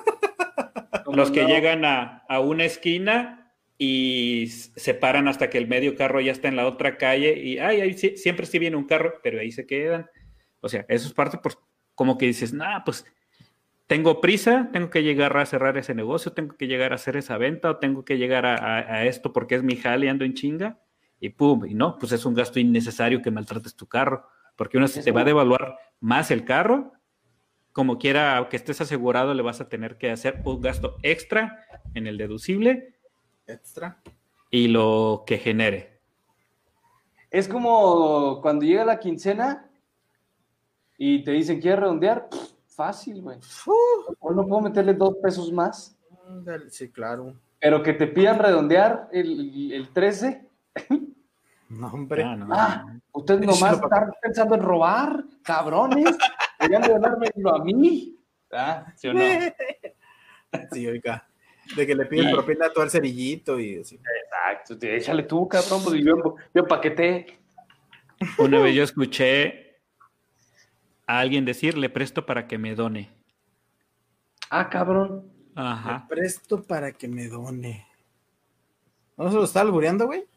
Los que No. llegan a, a una esquina y s- se paran hasta que el medio carro ya está en la otra calle y ay, ahí sí- siempre sí viene un carro, pero ahí se quedan. O sea, eso es parte, pues, como que dices, nah, pues tengo prisa, tengo que llegar a cerrar ese negocio, tengo que llegar a hacer esa venta o tengo que llegar a, a- a esto porque es mi jale, ando en chinga y pum, y no, pues es un gasto innecesario que maltrates tu carro, porque uno se te va a devaluar más el carro, como quiera que estés asegurado, le vas a tener que hacer un gasto extra en el deducible Extra. y lo que genere. Es como cuando llega la quincena y te dicen, ¿quieres redondear? Pff, fácil, güey. O no puedo meterle dos pesos más. Ándale, sí, claro. Pero que te pidan redondear el, el trece. No, hombre. Ah, no. Ah, ustedes Sí, nomás lo papá. están pensando en robar, cabrones. Deberían de donármelo a mí. ¿Ah? ¿Sí o no? Sí, oiga. De que le pides Y- propina a todo el cerillito y así. Exacto. te- Échale tú, cabrón, pues yo, yo empaqueté. Una vez yo escuché a alguien decir, le presto para que me done. Ah, cabrón. Ajá. Le presto para que me done. ¿No se lo está albureando, güey?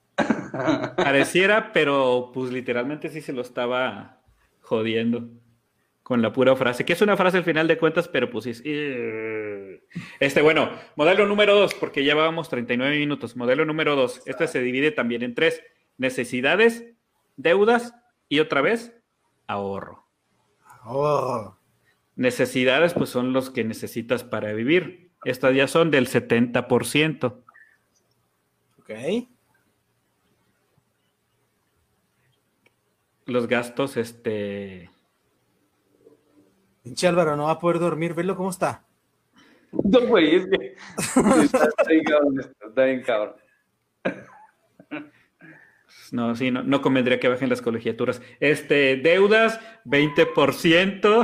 Pareciera, pero pues literalmente sí se lo estaba jodiendo con la pura frase, que es una frase al final de cuentas, pero pues es... eh. Este, bueno, modelo número dos, porque ya vamos treinta y nueve minutos. Modelo número dos, este se divide también en tres: necesidades, deudas y otra vez, ahorro. Oh. Necesidades, pues son los que necesitas para vivir. Estas ya son del setenta por ciento. Ok. Los gastos, este... Pinche Álvaro no va a poder dormir. Velo cómo está. No, güey, es que. Está, está bien cabrón esto, está bien cabrón. No, sí, no, no convendría que bajen las colegiaturas. Este, deudas, veinte por ciento.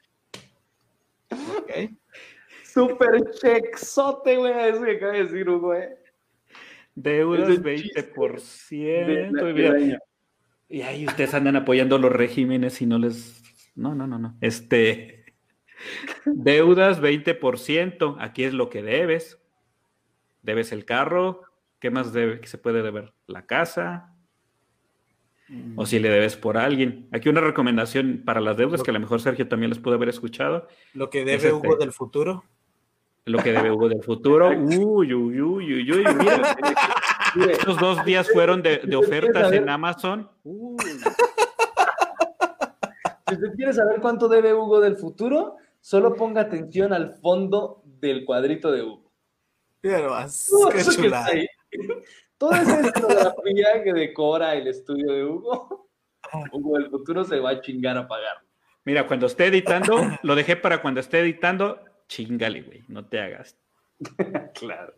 Ok. Súper checksote, güey, eso que acaba de decir, Hugo, eh. Deudas, Es el veinte por De- ciento. de- Y mira, del año. y ahí ustedes andan apoyando los regímenes y no les No, no, no, no. Este, deudas veinte por ciento. Aquí es lo que debes. Debes el carro. ¿Qué más debe, qué se puede deber? La casa. O si le debes por alguien. Aquí una recomendación para las deudas, que a lo mejor Sergio también les pudo haber escuchado. Lo que debe Hugo del futuro. Lo que debe Hugo del futuro. Uy, uy, uy, uy, uy. Mira, estos dos días fueron de, de ofertas en Amazon. Uy. Si usted quiere saber cuánto debe Hugo del futuro, solo ponga atención al fondo del cuadrito de Hugo. Pero más, Todo qué eso que chulada. está ahí, toda esa escenografía que decora el estudio de Hugo, Hugo del futuro se va a chingar a pagar. Mira, cuando esté editando, lo dejé para cuando esté editando, chingale, güey, no te hagas. Claro.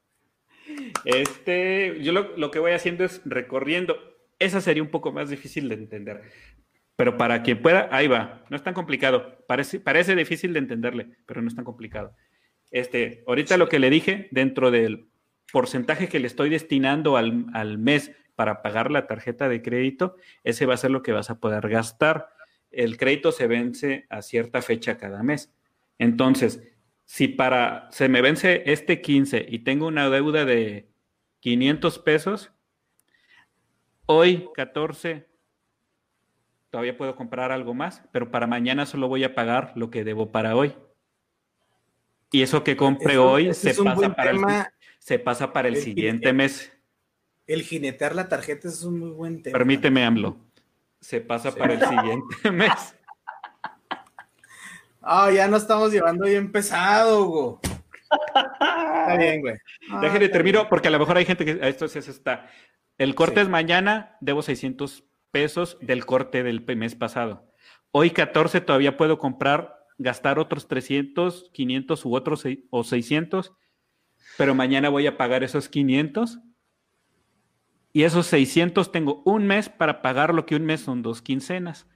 Este, yo lo, lo que voy haciendo es recorriendo. Esa sería un poco más difícil de entender. Pero para quien pueda, ahí va. No es tan complicado. Parece, parece difícil de entenderle, pero no es tan complicado. Este, ahorita sí. Lo que le dije, dentro del porcentaje que le estoy destinando al, al mes para pagar la tarjeta de crédito, ese va a ser lo que vas a poder gastar. El crédito se vence a cierta fecha cada mes. Entonces, si para se me vence este quince y tengo una deuda de quinientos pesos, hoy catorce todavía puedo comprar algo más, pero para mañana solo voy a pagar lo que debo para hoy. Y eso que compre eso, hoy se pasa, para el, se pasa para el, el siguiente el, mes. El jinetear la tarjeta es un muy buen tema. Permíteme, AMLO. Se pasa sí. para el siguiente mes. Ah, oh, ya no estamos llevando bien pesado, Hugo. Está bien, güey. Ah, Déjenme termino, bien. Porque a lo mejor hay gente que esto es está. El corte sí. es mañana, debo seiscientos pesos del corte del mes pasado. Hoy catorce todavía puedo comprar, gastar otros trescientos, quinientos u otros o seiscientos, pero mañana voy a pagar esos quinientos. Y esos seiscientos tengo un mes para pagar lo que un mes son dos quincenas.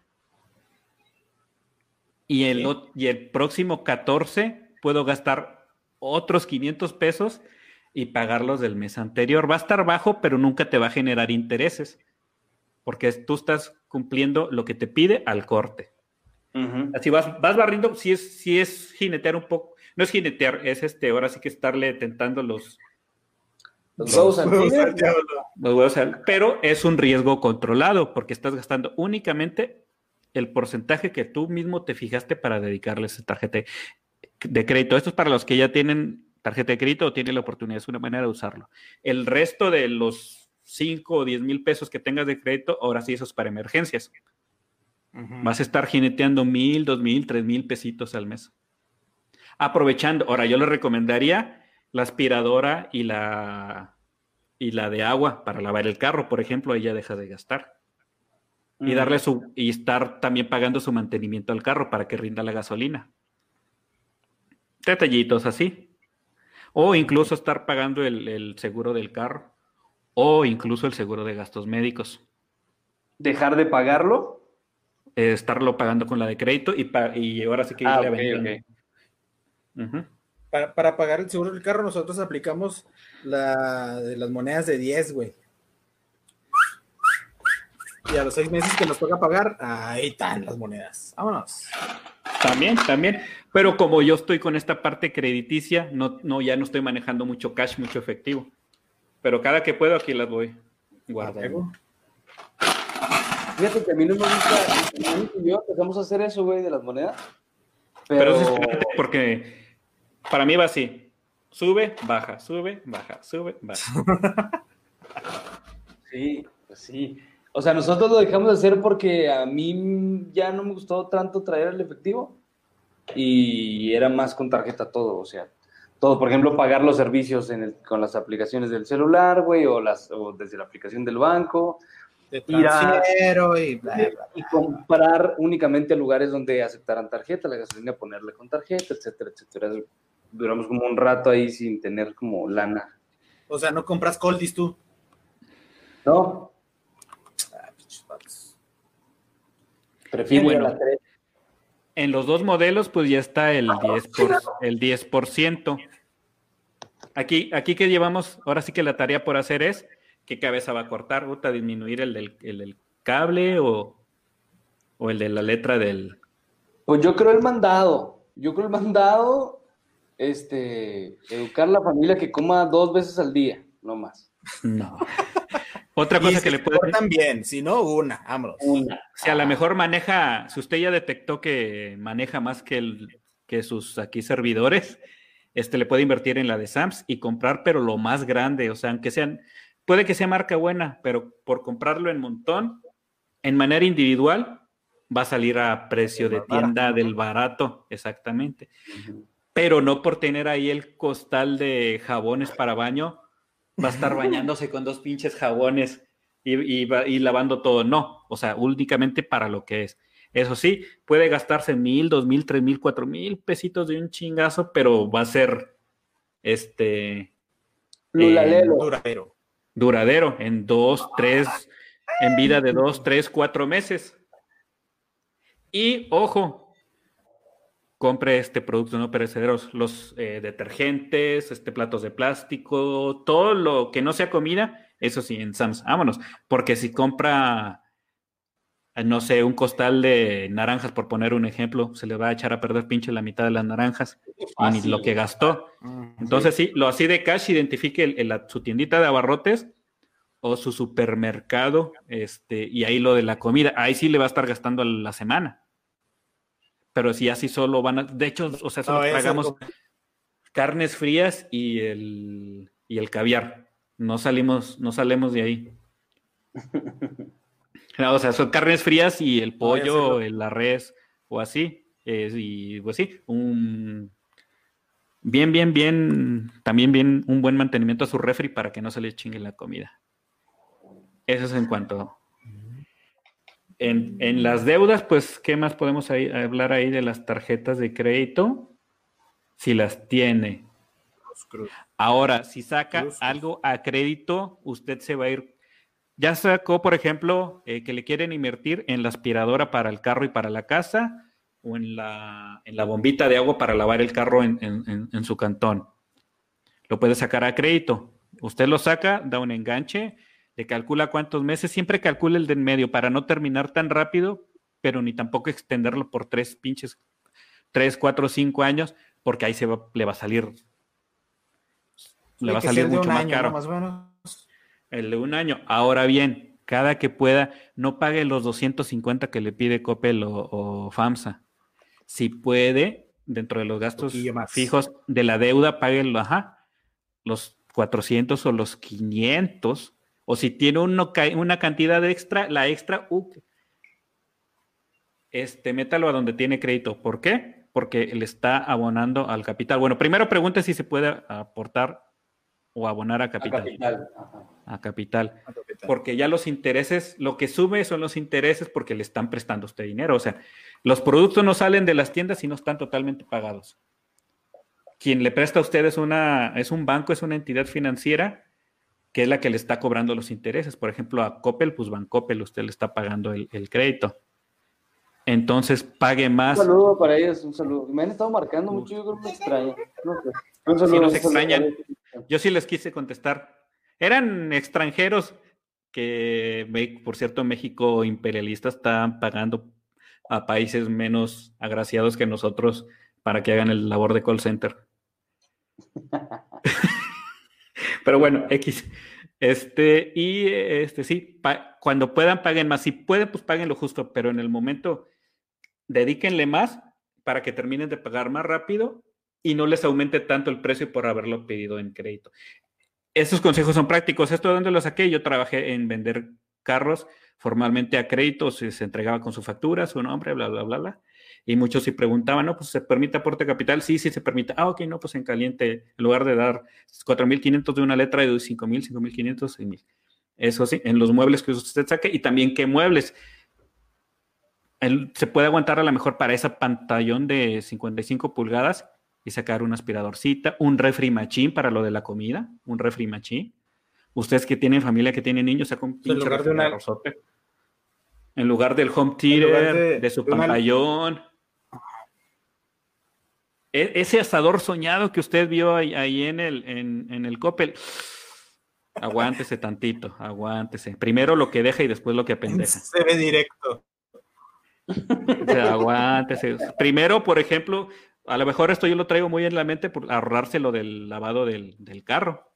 Y el, ¿sí? y el próximo catorce puedo gastar otros quinientos pesos y pagarlos del mes anterior. Va a estar bajo, pero nunca te va a generar intereses, porque tú estás cumpliendo lo que te pide al corte. Uh-huh. Así vas, vas barriendo, si es, si es jinetear un poco, no es jinetear, es este, ahora sí que estarle tentando los... Los huevos al tigre. Los huevos al, pero es un riesgo controlado, porque estás gastando únicamente el porcentaje que tú mismo te fijaste para dedicarle esa tarjeta de crédito. Esto es para los que ya tienen tarjeta de crédito o tienen la oportunidad, es una manera de usarlo. El resto de los cinco o diez mil pesos que tengas de crédito, ahora sí, eso es para emergencias. Uh-huh. Vas a estar jineteando mil, dos mil, tres mil pesitos al mes. Aprovechando, ahora yo le recomendaría la aspiradora y la, y la de agua para lavar el carro, por ejemplo, ahí ya deja de gastar. Y darle su, y estar también pagando su mantenimiento al carro para que rinda la gasolina. Detallitos así. O incluso estar pagando el, el seguro del carro. O incluso el seguro de gastos médicos. ¿Dejar de pagarlo? Eh, estarlo pagando con la de crédito y, pa, y ahora sí que ah, irle okay, aventando. Okay. Uh-huh. Para, para pagar el seguro del carro nosotros aplicamos la de las monedas de diez, güey. Y a los seis meses que nos toca pagar, ahí están las monedas. Vámonos. También, también. Pero como yo estoy con esta parte crediticia, no, no, ya no estoy manejando mucho cash, mucho efectivo. Pero cada que puedo aquí las voy guardando. Fíjate que a mí no me gusta. A mí y yo empezamos a hacer eso, güey, de las monedas. Pero, pero es esperante porque para mí va así. Sube, baja, sube, baja, sube, baja. Sí, pues sí. O sea, nosotros lo dejamos de hacer porque a mí ya no me gustó tanto traer el efectivo y era más con tarjeta todo, o sea, todo, por ejemplo, pagar los servicios en el, con las aplicaciones del celular, güey, o, las, o desde la aplicación del banco, de transfiero y, bla, bla, bla. Y comprar únicamente lugares donde aceptaran tarjeta, la gasolina ponerle con tarjeta, etcétera, etcétera. Duramos como un rato ahí sin tener como lana. O sea, ¿no compras Coldis tú? No. Prefiero bueno, la tres. En los dos modelos, pues ya está el diez por ciento. El diez por ciento. Aquí, aquí que llevamos, ahora sí que la tarea por hacer es qué cabeza va a cortar, ¿gusta disminuir el del, el del cable o, o el de la letra del, Pues yo creo el mandado. Yo creo el mandado, este, educar a la familia que coma dos veces al día, no más. No. Otra Y cosa si que le se puede... portan bien, si no, una, vámonos. Una. Si a lo mejor maneja, si usted ya detectó que maneja más que, el, que sus aquí servidores, este le puede invertir en la de Sams y comprar, pero lo más grande, o sea, aunque sean, puede que sea marca buena, pero por comprarlo en montón, en manera individual, va a salir a precio de tienda del barato, exactamente. Ujú. Pero no por tener ahí el costal de jabones para baño, va a estar bañándose con dos pinches jabones y, y, va- y lavando todo. No, o sea, únicamente para lo que es. Eso sí, puede gastarse mil, dos mil, tres mil, cuatro mil pesitos de un chingazo, pero va a ser este Lulalelo. Duradero. duradero en dos, tres, en vida de dos, tres, cuatro meses. Y ojo, compre este producto no perecederos, los eh, detergentes, este platos de plástico, todo lo que no sea comida, eso sí, en Sam's, vámonos, porque si compra, eh, no sé, un costal de naranjas, por poner un ejemplo, se le va a echar a perder pinche la mitad de las naranjas y ni Fácil. lo que gastó. Entonces sí, lo así de cash, identifique el- el- su tiendita de abarrotes o su supermercado, este, y ahí lo de la comida, ahí sí le va a estar gastando a la semana. Pero si así solo van a, de hecho, o sea, solo No, eso tragamos como- carnes frías y el, y el caviar. No salimos, no salimos de ahí. No, o sea, son carnes frías y el No, ya pollo, sé el- la res o así. eh, y pues sí, un bien, bien, bien, también bien, un buen mantenimiento a su refri para que no se le chingue la comida. Eso es en cuanto. En, en las deudas, pues, ¿qué más podemos ahí- hablar ahí de las tarjetas de crédito? Si las tiene. Cruz, cruz. Ahora, si saca Cruz, cruz. algo a crédito, usted se va a ir. Ya sacó, por ejemplo, eh, que le quieren invertir en la aspiradora para el carro y para la casa, o en la, en la bombita de agua para lavar el carro en, en- en- en su cantón. Lo puede sacar a crédito. Usted lo saca, da un enganche, le calcula cuántos meses, siempre calcula el de en medio para no terminar tan rápido, pero ni tampoco extenderlo por tres pinches, tres, cuatro, cinco años, porque ahí se va, le va a salir, le Tiene va a que salir ser de mucho un más año, caro. ¿no? Más o menos. El de un año. Ahora bien, cada que pueda, no pague los doscientos cincuenta que le pide Coppel o, o FAMSA. Si puede, dentro de los gastos Poquillo más. fijos de la deuda, pague ajá, los cuatrocientos o los quinientos. O si tiene uno, ca- una cantidad extra, la extra, uh, este, métalo a donde tiene crédito. ¿Por qué? Porque le está abonando al capital. Bueno, primero pregunte si se puede aportar o abonar a A capital. capital. Ajá. A capital. A capital. Porque ya los intereses, lo que sube son los intereses porque le están prestando a usted dinero. O sea, los productos no salen de las tiendas y no están totalmente pagados. Quien le presta a usted es, una, es un banco, es una entidad financiera que es la que le está cobrando los intereses. Por ejemplo, a Coppel, pues Bancoppel, usted le está pagando el, el crédito. Entonces, pague Un más. saludo para ellos, un saludo. Me han estado marcando mucho, yo creo que me extraña. No sé. Un saludo, Si nos un saludo extrañan. para ellos. Yo sí les quise contestar. Eran extranjeros que, me- por cierto, México imperialista está pagando a países menos agraciados que nosotros para que hagan el labor de call center. Pero bueno, X. Este, y este sí, pa- cuando puedan paguen más. Si pueden, pues paguen lo justo, pero en el momento dedíquenle más para que terminen de pagar más rápido y no les aumente tanto el precio por haberlo pedido en crédito. Esos consejos son prácticos. ¿Esto de dónde lo saqué? Yo trabajé en vender carros formalmente a crédito, se, se entregaba con su factura, su nombre, bla, bla, bla, bla. Y muchos sí preguntaban, ¿no? Pues ¿se permite aporte capital? Sí, sí se permite. Ah, ok, no, pues en caliente, en lugar de dar cuatro mil quinientos de una letra, de cinco mil, cinco mil quinientos, seis mil. Eso sí, en los muebles que usted saque y también qué muebles. El, se puede aguantar a lo mejor para esa pantallón de cincuenta y cinco pulgadas y sacar una aspiradorcita, un refri machine para lo de la comida, un refri machine. Ustedes que tienen familia, que tienen niños, saca un En pinche lugar de una- refrigeradorzote. En lugar del home En theater, lugar de, de- su de una- pantallón. E- ese asador soñado que usted vio ahí, ahí en, el, en, en el Coppel. Aguántese tantito, aguántese. Primero lo que deja y después lo que apendeja. Se ve directo. O sea, aguántese. Primero, por ejemplo, a lo mejor esto yo lo traigo muy en la mente por ahorrarse lo del lavado del, del carro.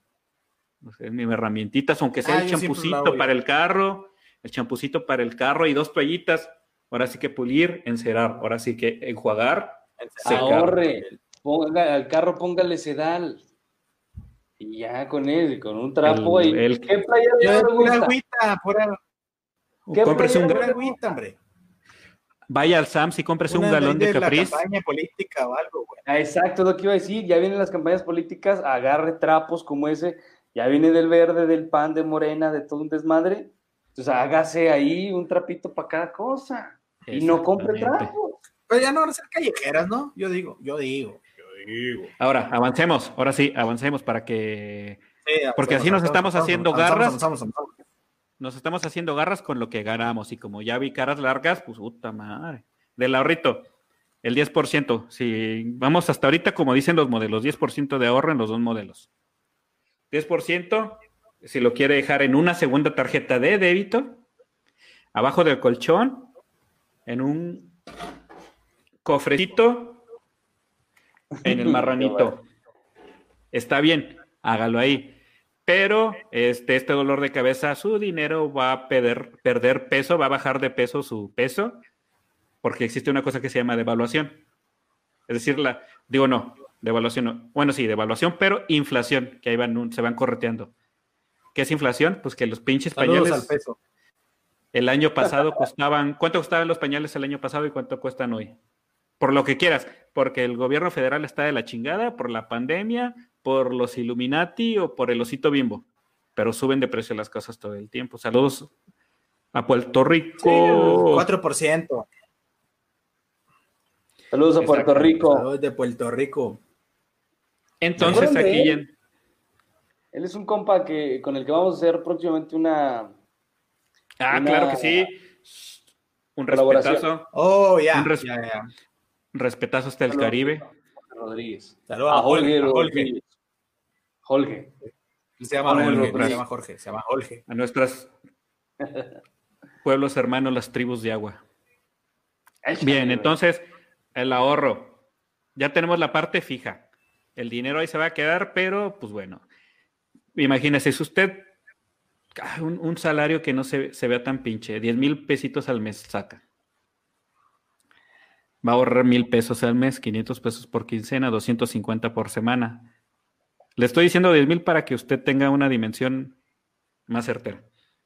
O sea, mis herramientitas, aunque sea Ah, el yo siempre lo champucito hago para yo. el carro, el champucito para el carro y dos toallitas. Ahora sí que pulir, encerar. Ahora sí que enjuagar, secar. Ahorre, ponga, al carro póngale sedal. Y ya con él, con un trapo El- ahí. el- ¿Qué playera Yo, no le pura gusta? agüita, pura, ¿Qué Cómprese un, playera pura ga- agüita, hombre. vaya al Sam's y cómprese un Una de, ahí galón de de la Capriz. campaña política o algo, güey. Ah, exacto, es lo que iba a decir. Ya vienen las campañas políticas, agarre trapos como ese. Ya viene del verde, del pan, de Morena, de todo un desmadre. Entonces hágase ahí un trapito para cada cosa. Y no compre Exactamente. trapos. Pero ya no van a ser callejeras, ¿no? Yo digo, yo digo, yo digo. Ahora, avancemos. Ahora sí, avancemos para que... Sí, Porque así nos estamos haciendo avanzamos, garras. avanzamos, avanzamos. Nos estamos haciendo garras con lo que ganamos. Y como ya vi caras largas, pues puta madre. Del ahorrito, el diez por ciento. Si vamos hasta ahorita, como dicen los modelos, diez por ciento de ahorro en los dos modelos. diez por ciento, si lo quiere dejar en una segunda tarjeta de débito, abajo del colchón, en un cofrecito, en el marranito. Está bien, hágalo ahí. Pero este, este dolor de cabeza, su dinero va a perder, perder peso, va a bajar de peso su peso, porque existe una cosa que se llama devaluación. Es decir, la, digo no, devaluación no. Bueno, sí, devaluación, pero inflación, que ahí van, se van correteando. ¿Qué es inflación? Pues que los pinches Saludos pañales al peso. el año pasado costaban, ¿cuánto costaban los pañales el año pasado y cuánto cuestan hoy? Por lo que quieras, porque el gobierno federal está de la chingada, por la pandemia, por los Illuminati o por el osito Bimbo, pero suben de precio las cosas todo el tiempo. Saludos a Puerto Rico. cuatro por ciento. Saludos a Puerto Rico. Saludos de Puerto Rico. Entonces ¿Se acuerdan de aquí ya... él? Él es un compa que, con el que vamos a hacer próximamente una... Ah, una claro que sí. Un colaboración. respetazo. Oh, ya. Un res- ya, ya. Respetazo hasta el Saludos. Caribe. Rodríguez. Saludos A a Jorge. Jorge a Jorge. Rodríguez. Jorge. Se llama Jorge Jorge, no Rodríguez. se llama Jorge, se llama Jorge. A nuestros pueblos hermanos, las tribus de agua. Bien, entonces, el ahorro. Ya tenemos la parte fija. El dinero ahí se va a quedar, pero, pues bueno. Imagínese, si usted, ah, un, un salario que no se, se vea tan pinche, diez mil pesitos al mes saca. Va a ahorrar mil pesos al mes, quinientos pesos por quincena, doscientos cincuenta por semana. Le estoy diciendo diez mil para que usted tenga una dimensión más certera.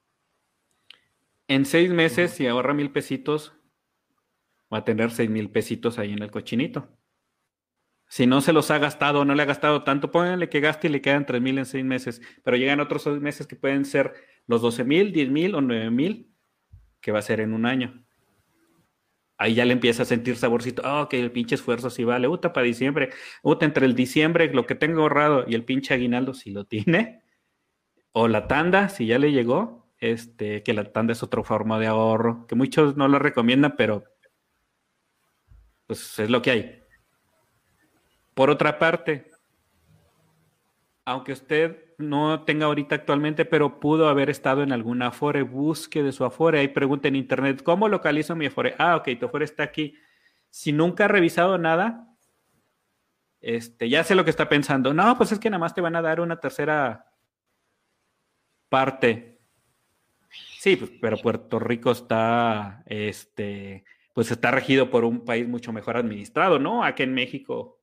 En seis meses, si ahorra mil pesitos, va a tener seis mil pesitos ahí en el cochinito. Si no se los ha gastado, no le ha gastado tanto, pónganle que gaste y le quedan tres mil en seis meses. Pero llegan otros seis meses que pueden ser los doce mil, diez mil o nueve mil, que va a ser en un año. Ahí ya le empieza a sentir saborcito. Oh, que el pinche esfuerzo sí vale. Uta para diciembre. Uta entre el diciembre, lo que tengo ahorrado y el pinche aguinaldo, si lo tiene. O la tanda, si ya le llegó. Este, que la tanda es otra forma de ahorro, que muchos no lo recomiendan, pero pues es lo que hay. Por otra parte, aunque usted no tenga ahorita actualmente, pero pudo haber estado en alguna Afore, busque de su Afore, ahí pregunte en internet, ¿cómo localizo mi Afore? Ah, ok, tu Afore está aquí. Si nunca ha revisado nada, este, ya sé lo que está pensando. No, pues es que nada más te van a dar una tercera parte. Sí, pues, pero Puerto Rico está, este, pues está regido por un país mucho mejor administrado, ¿no? Aquí en México.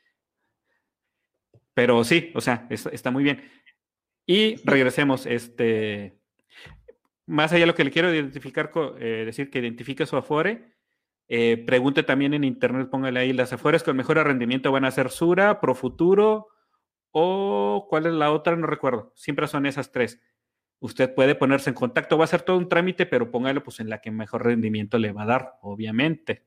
Pero sí, o sea, es, está muy bien. Y regresemos, este, más allá de lo que le quiero identificar, eh, decir que identifique su Afore, eh, pregunte también en internet, póngale ahí, las Afores con mejor rendimiento van a ser Sura, Profuturo, o ¿cuál es la otra? No recuerdo, siempre son esas tres. Usted puede ponerse en contacto, va a ser todo un trámite, pero póngalo pues en la que mejor rendimiento le va a dar, obviamente.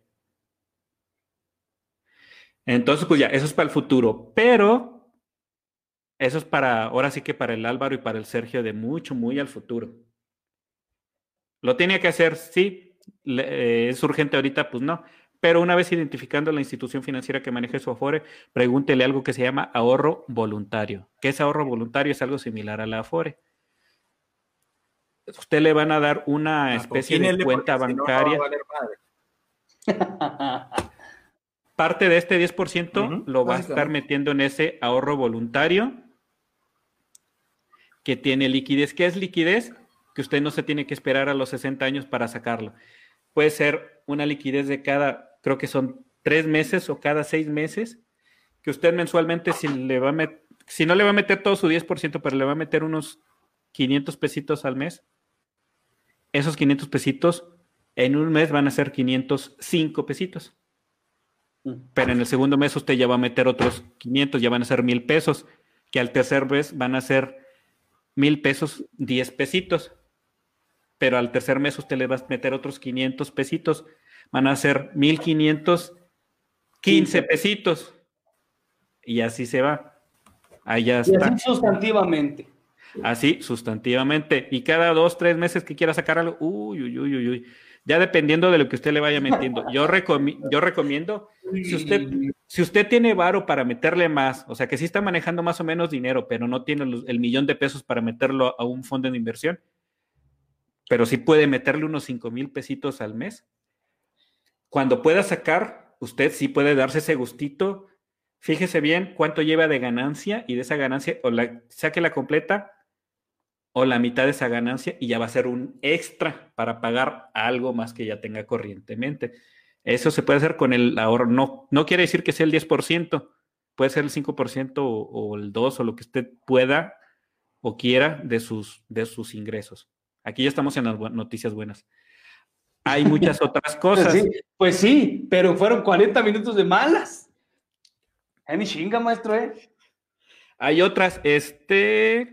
Entonces, pues ya, eso es para el futuro, pero eso es para, ahora sí que para el Álvaro y para el Sergio de mucho, muy al futuro. ¿Lo tiene que hacer? Sí. Le, eh, ¿Es urgente ahorita? Pues no. Pero una vez identificando la institución financiera que maneje su Afore, pregúntele algo que se llama ahorro voluntario. ¿Qué es ahorro voluntario? Es algo similar a la Afore. Usted le van a dar una especie de cuenta bancaria. Si no, no va a valer madre. Parte de este diez por ciento Ujú, lo va a estar básicamente. metiendo en ese ahorro voluntario que tiene liquidez. ¿Qué es liquidez? Que usted no se tiene que esperar a los sesenta años para sacarlo. Puede ser una liquidez de cada, creo que son tres meses o cada seis meses, que usted mensualmente, si, le va a met, si no le va a meter todo su diez por ciento, pero le va a meter unos quinientos pesitos al mes, esos quinientos pesitos en un mes van a ser quinientos cinco pesitos. Pero en el segundo mes usted ya va a meter otros quinientos, ya van a ser mil pesos, que al tercer mes van a ser mil pesos, diez pesitos. Pero al tercer mes usted le va a meter otros quinientos pesitos, van a ser mil quinientos quince pesitos. Y así se va. Allá Y está. así sustantivamente. Así, sustantivamente. Y cada dos, tres meses que quiera sacar algo, uy, uy, uy, uy, uy. Ya dependiendo de lo que usted le vaya metiendo. Yo, recomi yo recomiendo, si usted, si usted tiene varo para meterle más, o sea que sí está manejando más o menos dinero, pero no tiene los, el millón de pesos para meterlo a un fondo de inversión, pero sí puede meterle unos cinco mil pesitos al mes. Cuando pueda sacar, usted sí puede darse ese gustito. Fíjese bien cuánto lleva de ganancia y de esa ganancia, o la saque la completa o la mitad de esa ganancia y ya va a ser un extra para pagar algo más que ya tenga corrientemente. Eso se puede hacer con el ahorro. No, no quiere decir que sea el diez por ciento, puede ser el cinco por ciento o, o el dos por ciento o lo que usted pueda o quiera de sus, de sus ingresos. Aquí ya estamos en las noticias buenas. Hay muchas otras cosas. Pues sí, pues sí, pero fueron cuarenta minutos de malas. Ay, ni chinga, maestro, ¿eh? Hay otras, este...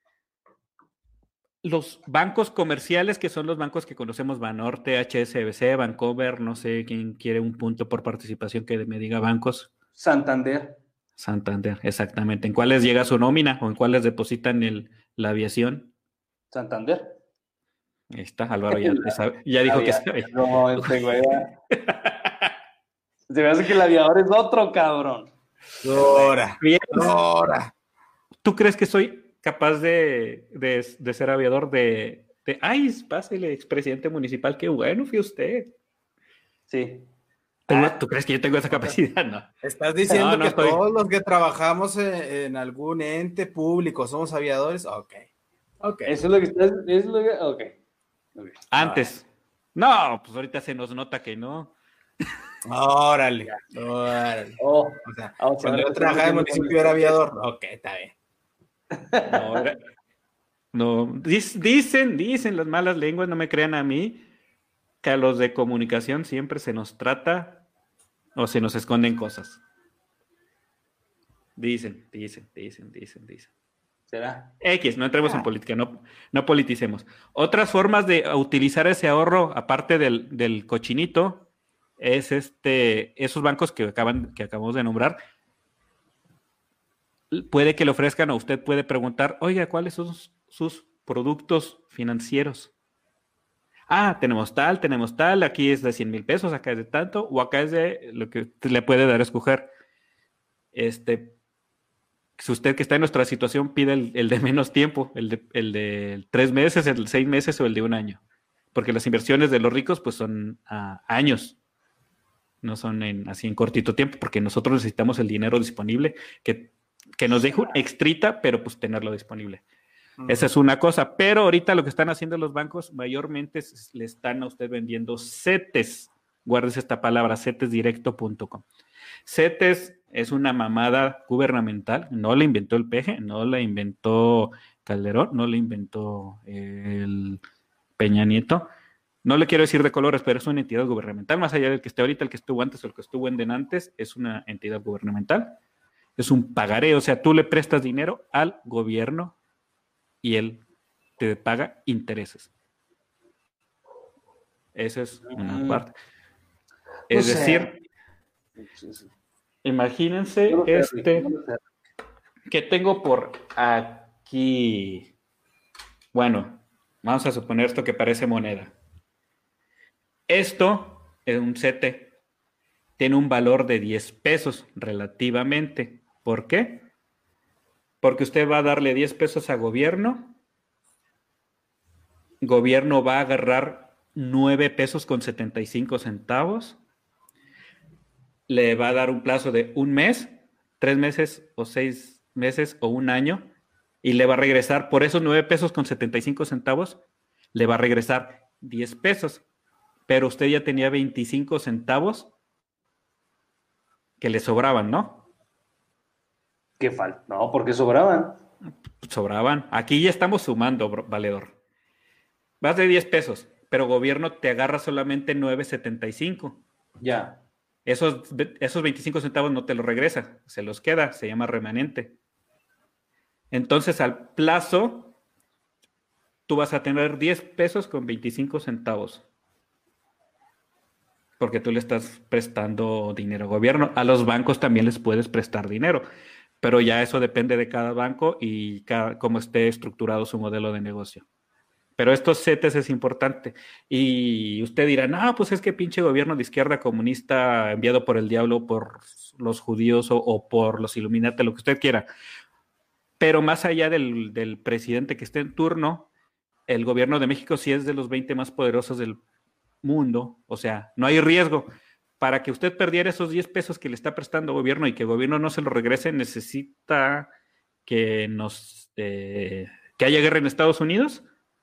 Los bancos comerciales, que son los bancos que conocemos, Banorte, H S B C, Bancomer, no sé quién quiere un punto por participación que me diga bancos. Santander. Santander, exactamente. ¿En cuáles llega su nómina o en cuáles depositan el, la aviación? Santander. Ahí está, Álvaro ya, sabe, ya dijo que sabe. No, este güey. Se me hace que el aviador es otro, cabrón. Dora, Bien. Dora. ¿Tú crees que soy capaz de, de, de ser aviador de, de... Ay, pásele, expresidente municipal, qué bueno fue usted. Sí. ¿Tengo, ¿Tú crees que yo tengo esa capacidad? No. ¿Estás diciendo No, no que estoy... todos los que trabajamos en, en algún ente público somos aviadores? Ok. Ok. Eso es lo que estás... Es lo que... Ok. okay. Antes. No, pues ahorita se nos nota que no. Órale. Órale. Oh, O sea, oh, cuando ahora yo trabajaba en el municipio era aviador. Ok, está bien. No, era... no. Dicen, dicen las malas lenguas, no me crean a mí, que a los de comunicación siempre se nos trata o se nos esconden cosas. Dicen, dicen, dicen, dicen, dicen. ¿Será? X, no entremos ah. en política, no, no politicemos. Otras formas de utilizar ese ahorro, aparte del, del cochinito, es este, esos bancos que, acaban, que acabamos de nombrar. Puede que le ofrezcan o usted puede preguntar, oiga, ¿cuáles son sus, sus productos financieros? Ah, tenemos tal, tenemos tal, aquí es de cien mil pesos, acá es de tanto, o acá es de lo que le puede dar a escoger. Este, si usted que está en nuestra situación pide el, el de menos tiempo, el de, el de tres meses, el de seis meses o el de un año. Porque las inversiones de los ricos pues son a años, no son en, así en cortito tiempo, porque nosotros necesitamos el dinero disponible que que nos deje un extrita, pero pues tenerlo disponible. Uh-huh. Esa es una cosa. Pero ahorita lo que están haciendo los bancos, mayormente le están a usted vendiendo CETES. Guárdese esta palabra, cetes directo punto com. CETES es una mamada gubernamental. No la inventó el P G, no la inventó Calderón, no la inventó el Peña Nieto. No le quiero decir de colores, pero es una entidad gubernamental. Más allá del que esté ahorita, el que estuvo antes o el que estuvo en antes, es una entidad gubernamental. Es un pagaré, o sea, tú le prestas dinero al gobierno y él te paga intereses. Esa es una mm. parte. Es no decir, sé. imagínense no sé, este no sé. que tengo por aquí. Bueno, vamos a suponer esto que parece moneda. Esto es un CETE. Tiene un valor de diez pesos relativamente. ¿Por qué? Porque usted va a darle diez pesos a gobierno. Gobierno va a agarrar nueve pesos con setenta y cinco centavos. le va a dar un plazo de un mes, tres meses o seis meses o un año y le va a regresar por esos nueve pesos con setenta y cinco centavos, le va a regresar diez pesos, pero usted ya tenía veinticinco centavos que le sobraban, ¿no? ¿Qué falta? No, porque sobraban. Sobraban. Aquí ya estamos sumando, valedor. Vas de diez pesos, pero gobierno te agarra solamente nueve setenta y cinco. Ya. Esos, esos veinticinco centavos no te los regresa, se los queda, se llama remanente. Entonces, al plazo, tú vas a tener diez pesos con veinticinco centavos. Porque tú le estás prestando dinero al gobierno. A los bancos también les puedes prestar dinero, pero ya eso depende de cada banco y cada, cómo esté estructurado su modelo de negocio. Pero estos CETES es importante. Y usted dirá, no, pues es que pinche gobierno de izquierda comunista enviado por el diablo, por los judíos o, o por los Illuminati, lo que usted quiera. Pero más allá del, del presidente que esté en turno, el gobierno de México sí es de los veinte más poderosos del mundo. O sea, no hay riesgo. Para que usted perdiera esos diez pesos que le está prestando el gobierno y que el gobierno no se lo regrese, necesita que, nos, eh, que haya guerra en Estados Unidos.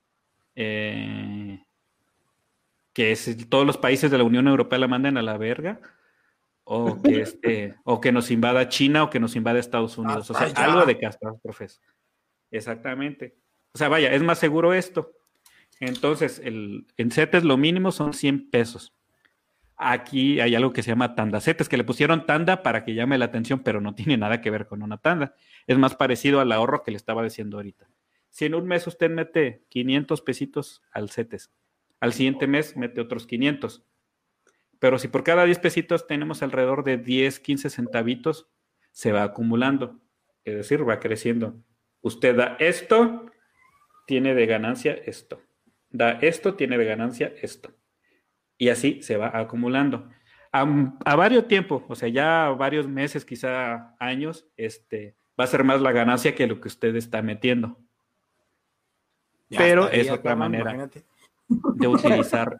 Eh, que es, todos los países de la Unión Europea la manden a la verga, o que este, o que nos invada China o que nos invada Estados Unidos, o sea, Ah, algo de catástrofes. Exactamente. O sea, vaya, es más seguro esto. Entonces, el, en CETES lo mínimo son cien pesos. Aquí hay algo que se llama tanda CETES, que le pusieron tanda para que llame la atención, pero no tiene nada que ver con una tanda. Es más parecido al ahorro que le estaba diciendo ahorita. Si en un mes usted mete quinientos pesitos al CETES, al siguiente mes mete otros quinientos. Pero si por cada diez pesitos tenemos alrededor de diez, quince centavitos, se va acumulando. Es decir, va creciendo. Usted da esto, tiene de ganancia esto. Da esto, tiene de ganancia esto. Y así se va acumulando. A, a varios tiempos, o sea, ya varios meses, quizá años, este, va a ser más la ganancia que lo que usted está metiendo. Ya pero estaría, es otra cabrón, manera imagínate. De utilizar.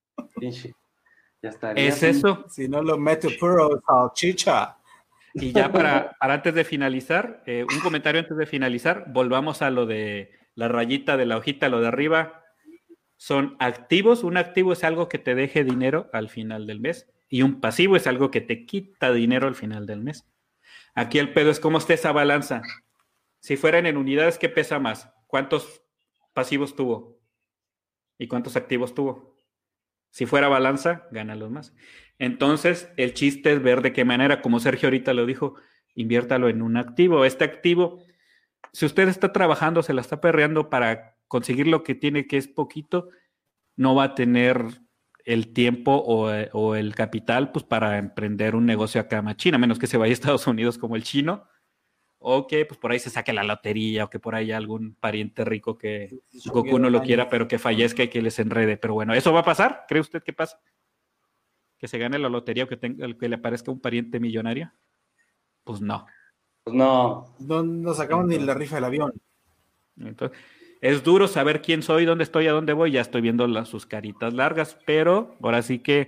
Ya estaría. Es eso. Si no lo mete puro salchicha. Y ya para, para antes de finalizar, eh, un comentario antes de finalizar, volvamos a lo de la rayita de la hojita, lo de arriba. Son activos. Un activo es algo que te deje dinero al final del mes. Y un pasivo es algo que te quita dinero al final del mes. Aquí el pedo es cómo está esa balanza. Si fueran en unidades, ¿qué pesa más? ¿Cuántos pasivos tuvo? ¿Y cuántos activos tuvo? Si fuera balanza, gana los más. Entonces, el chiste es ver de qué manera, como Sergio ahorita lo dijo, inviértalo en un activo. Este activo, si usted está trabajando, se la está perreando para conseguir lo que tiene, que es poquito, no va a tener el tiempo o, o el capital pues, para emprender un negocio acá machín, a menos que se vaya a Estados Unidos como el chino, o que pues, por ahí se saque la lotería, o que por ahí haya algún pariente rico que Goku no lo quiera, pero que fallezca y que les enrede. Pero bueno, ¿eso va a pasar? ¿Cree usted que pasa? ¿Que se gane la lotería o que, tenga, que le aparezca un pariente millonario? Pues no. Pues no. No, no sacamos Entonces, ni la rifa del avión. Entonces, es duro saber quién soy, dónde estoy, a dónde voy. Ya estoy viendo las, sus caritas largas, pero ahora sí que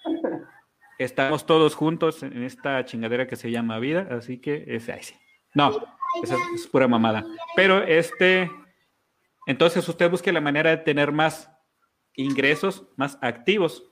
estamos todos juntos en esta chingadera que se llama vida, así que es ahí sí. No, esa es, es pura mamada. Pero este, entonces usted busque la manera de tener más ingresos, más activos.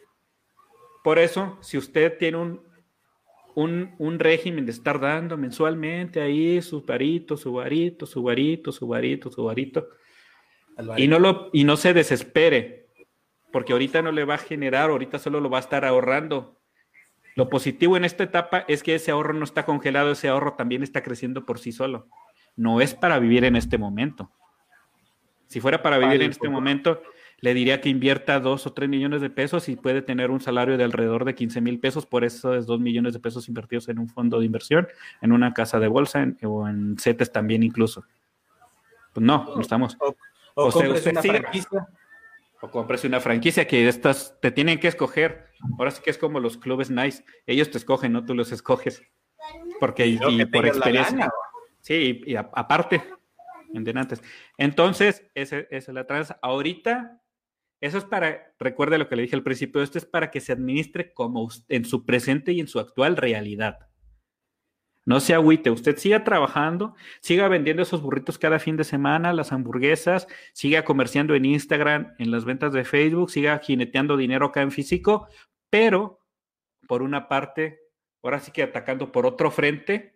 Por eso, si usted tiene un, un, un régimen de estar dando mensualmente ahí su varito, su varito, su varito, su varito, su varito, y no, lo, y no se desespere, porque ahorita no le va a generar, ahorita solo lo va a estar ahorrando. Lo positivo en esta etapa es que ese ahorro no está congelado, ese ahorro también está creciendo por sí solo. No es para vivir en este momento. Si fuera para vivir vale, en este momento, le diría que invierta dos o tres millones de pesos y puede tener un salario de alrededor de quince mil pesos, por eso es dos millones de pesos invertidos en un fondo de inversión, en una casa de bolsa en, o en CETES también incluso. Pues no, no estamos. O, o, o sea, compres una siga. franquicia. O compres una franquicia que estas te tienen que escoger. Ahora sí que es como los clubes nice. Ellos te escogen, no tú los escoges. Porque y, y por experiencia. Gana, sí, y, y a, aparte, en denantes. Entonces, esa es la tranza. Ahorita Eso es para, recuerde lo que le dije al principio, esto es para que se administre como en su presente y en su actual realidad. No se agüite, usted siga trabajando, siga vendiendo esos burritos cada fin de semana, las hamburguesas, siga comerciando en Instagram, en las ventas de Facebook, siga jineteando dinero acá en físico, pero por una parte, ahora sí que atacando por otro frente,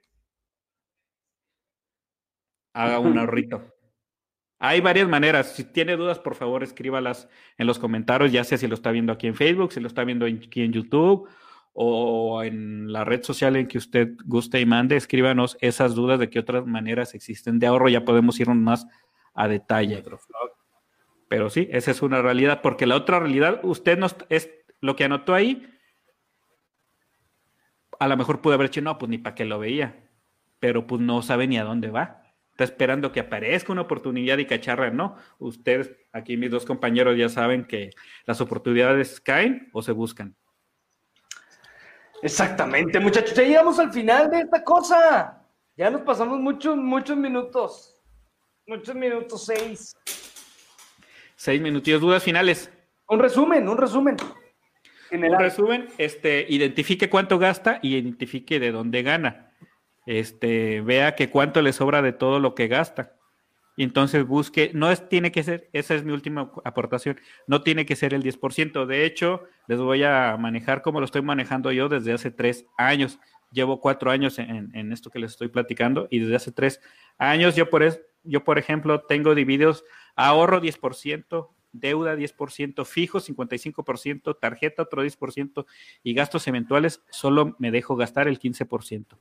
haga un ahorrito. Hay varias maneras. Si tiene dudas, por favor, escríbalas en los comentarios, ya sea si lo está viendo aquí en Facebook, si lo está viendo aquí en YouTube o en la red social en que usted guste y mande, escríbanos esas dudas de qué otras maneras existen de ahorro. Ya podemos irnos más a detalle. Pero sí, esa es una realidad, porque la otra realidad, usted no es lo que anotó ahí, a lo mejor pudo haber dicho, no, pues ni para qué lo veía, pero pues no sabe ni a dónde va. Está esperando que aparezca una oportunidad y cacharra, no. Ustedes, aquí mis dos compañeros ya saben que las oportunidades caen o se buscan. Exactamente, muchachos. Ya llegamos al final de esta cosa. Ya nos pasamos muchos, muchos minutos. Muchos minutos, seis. Seis minutillos, dudas finales. Un resumen, un resumen. General. Un resumen, este, identifique cuánto gasta y identifique de dónde gana. Este, vea que cuánto le sobra de todo lo que gasta. Y entonces busque, no es, tiene que ser, esa es mi última aportación, no tiene que ser el diez por ciento. De hecho, les voy a manejar como lo estoy manejando yo desde hace tres años. Llevo cuatro años en, en esto que les estoy platicando y desde hace tres años yo por, es, yo, por ejemplo, tengo divididos ahorro diez por ciento, deuda diez por ciento, fijo cincuenta y cinco por ciento, tarjeta otro diez por ciento y gastos eventuales solo me dejo gastar el quince por ciento.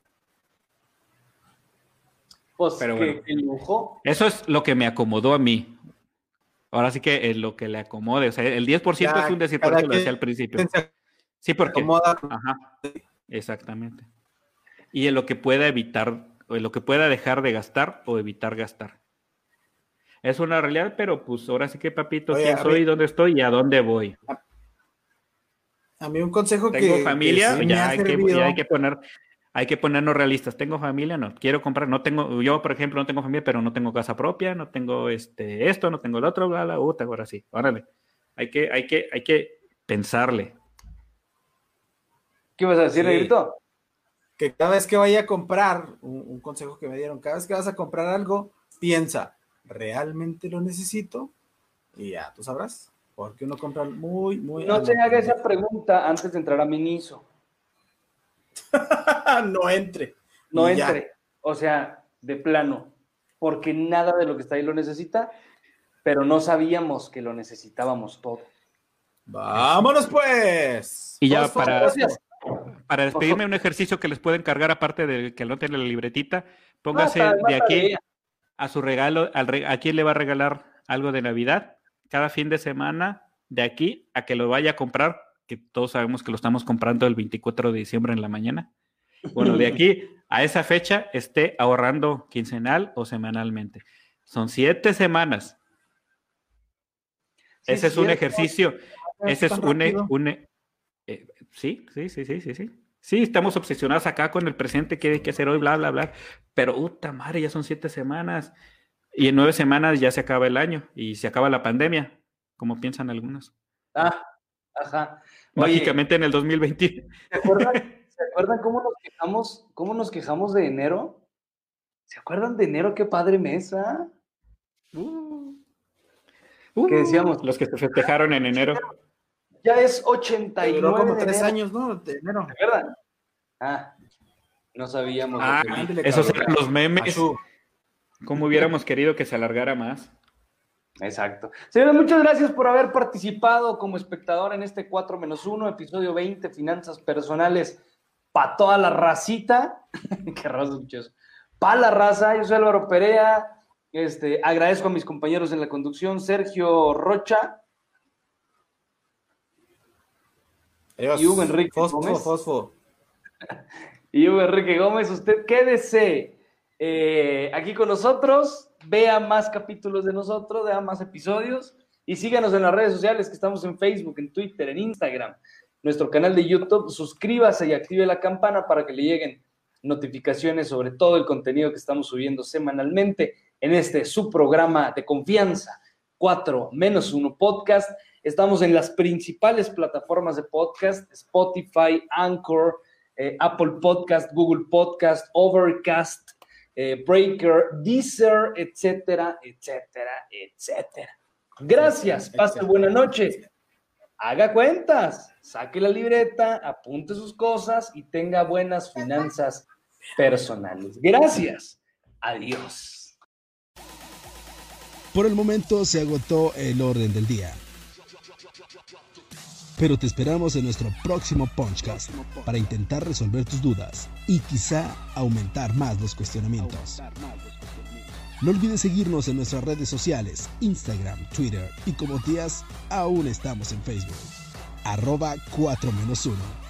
Pues pero qué, bueno, qué lujo. Eso es lo que me acomodó a mí. Ahora sí que es lo que le acomode. O sea, el diez por ciento ya, es un decir, por eso lo decía al principio. Sí, porque. Acomoda. Ajá, exactamente. Y en lo que pueda evitar, o en lo que pueda dejar de gastar o evitar gastar. Es una realidad, pero pues ahora sí que, papito, Oye, quién soy, mí, dónde estoy y a dónde voy. A, a mí un consejo Tengo que. Tengo familia, que sí ya, hay que, ya hay que poner. Hay que ponernos realistas. ¿Tengo familia? No. Quiero comprar. No tengo, yo, por ejemplo, no tengo familia, pero no tengo casa propia, no tengo este, esto, no tengo el otro, bla, bla, uh, ahora sí. Órale. Hay que, hay que, hay que pensarle. ¿Qué vas a decir, Negrito? Sí. Que cada vez que vaya a comprar, un, un consejo que me dieron, cada vez que vas a comprar algo, piensa, ¿realmente lo necesito? Y ya, tú sabrás. Porque uno compra muy, muy... No se haga esa pregunta antes de entrar a Miniso. no entre. No entre. Ya. O sea, de plano. Porque nada de lo que está ahí lo necesita, pero no sabíamos que lo necesitábamos todo. ¡Vámonos, pues! Y ya para, para despedirme, un ejercicio que les puedo encargar, aparte de que no tiene la libretita, póngase no, de aquí a su regalo, al re, a quién le va a regalar algo de Navidad, cada fin de semana, de aquí a que lo vaya a comprar, que todos sabemos que lo estamos comprando el veinticuatro de diciembre en la mañana. Bueno, de aquí a esa fecha esté ahorrando quincenal o semanalmente. Son siete semanas. Sí, ese es un ejercicio. Ese es un... un eh, sí, sí, sí, sí, sí, sí. Sí, estamos obsesionados acá con el presente, qué hay que hacer hoy, bla, bla, bla. Pero, puta madre, ya son siete semanas. Y en nueve semanas ya se acaba el año y se acaba la pandemia, como piensan algunos. Ah, ajá. Mágicamente en el dos mil veinte. ¿Se acuerdan, ¿se acuerdan cómo nos quejamos, cómo nos quejamos de enero? ¿Se acuerdan de enero? Qué padre mesa. Uh, uh, ¿Qué decíamos? Los que se festejaron en enero. Ya es ochenta y nueve. Duró como de tres enero. años, ¿no? De enero. ¿Se acuerdan? Ah, no sabíamos. Ah, esos eran los memes. Como hubiéramos querido que se alargara más. Exacto. Señores, muchas gracias por haber participado como espectador en este cuatro menos uno, episodio veinte, finanzas personales para toda la racita. Qué raza, muchachos. Para la raza, yo soy Álvaro Perea. Este, agradezco a mis compañeros en la conducción, Sergio Rocha. Adiós. Y Hugo Enrique Fosfo, Gómez. Fosfo. Y Hugo Enrique Gómez, usted quédese eh, aquí con nosotros. Vea más capítulos de nosotros, vea más episodios y síganos en las redes sociales que estamos en Facebook, en Twitter, en Instagram, nuestro canal de YouTube. Suscríbase y active la campana para que le lleguen notificaciones sobre todo el contenido que estamos subiendo semanalmente en este su programa de confianza, cuatro menos uno Podcast. Estamos en las principales plataformas de podcast, Spotify, Anchor, eh, Apple Podcast, Google Podcast, Overcast, eh, Breaker, Deezer, etcétera, etcétera, etcétera. Gracias, pase buena noche. Haga cuentas, saque la libreta, apunte sus cosas y tenga buenas finanzas personales. Gracias. Adiós. Por el momento se agotó el orden del día. Pero te esperamos en nuestro próximo Punchcast para intentar resolver tus dudas y quizá aumentar más los cuestionamientos. No olvides seguirnos en nuestras redes sociales, Instagram, Twitter y como tías, aún estamos en Facebook. Arroba cuatro menos uno.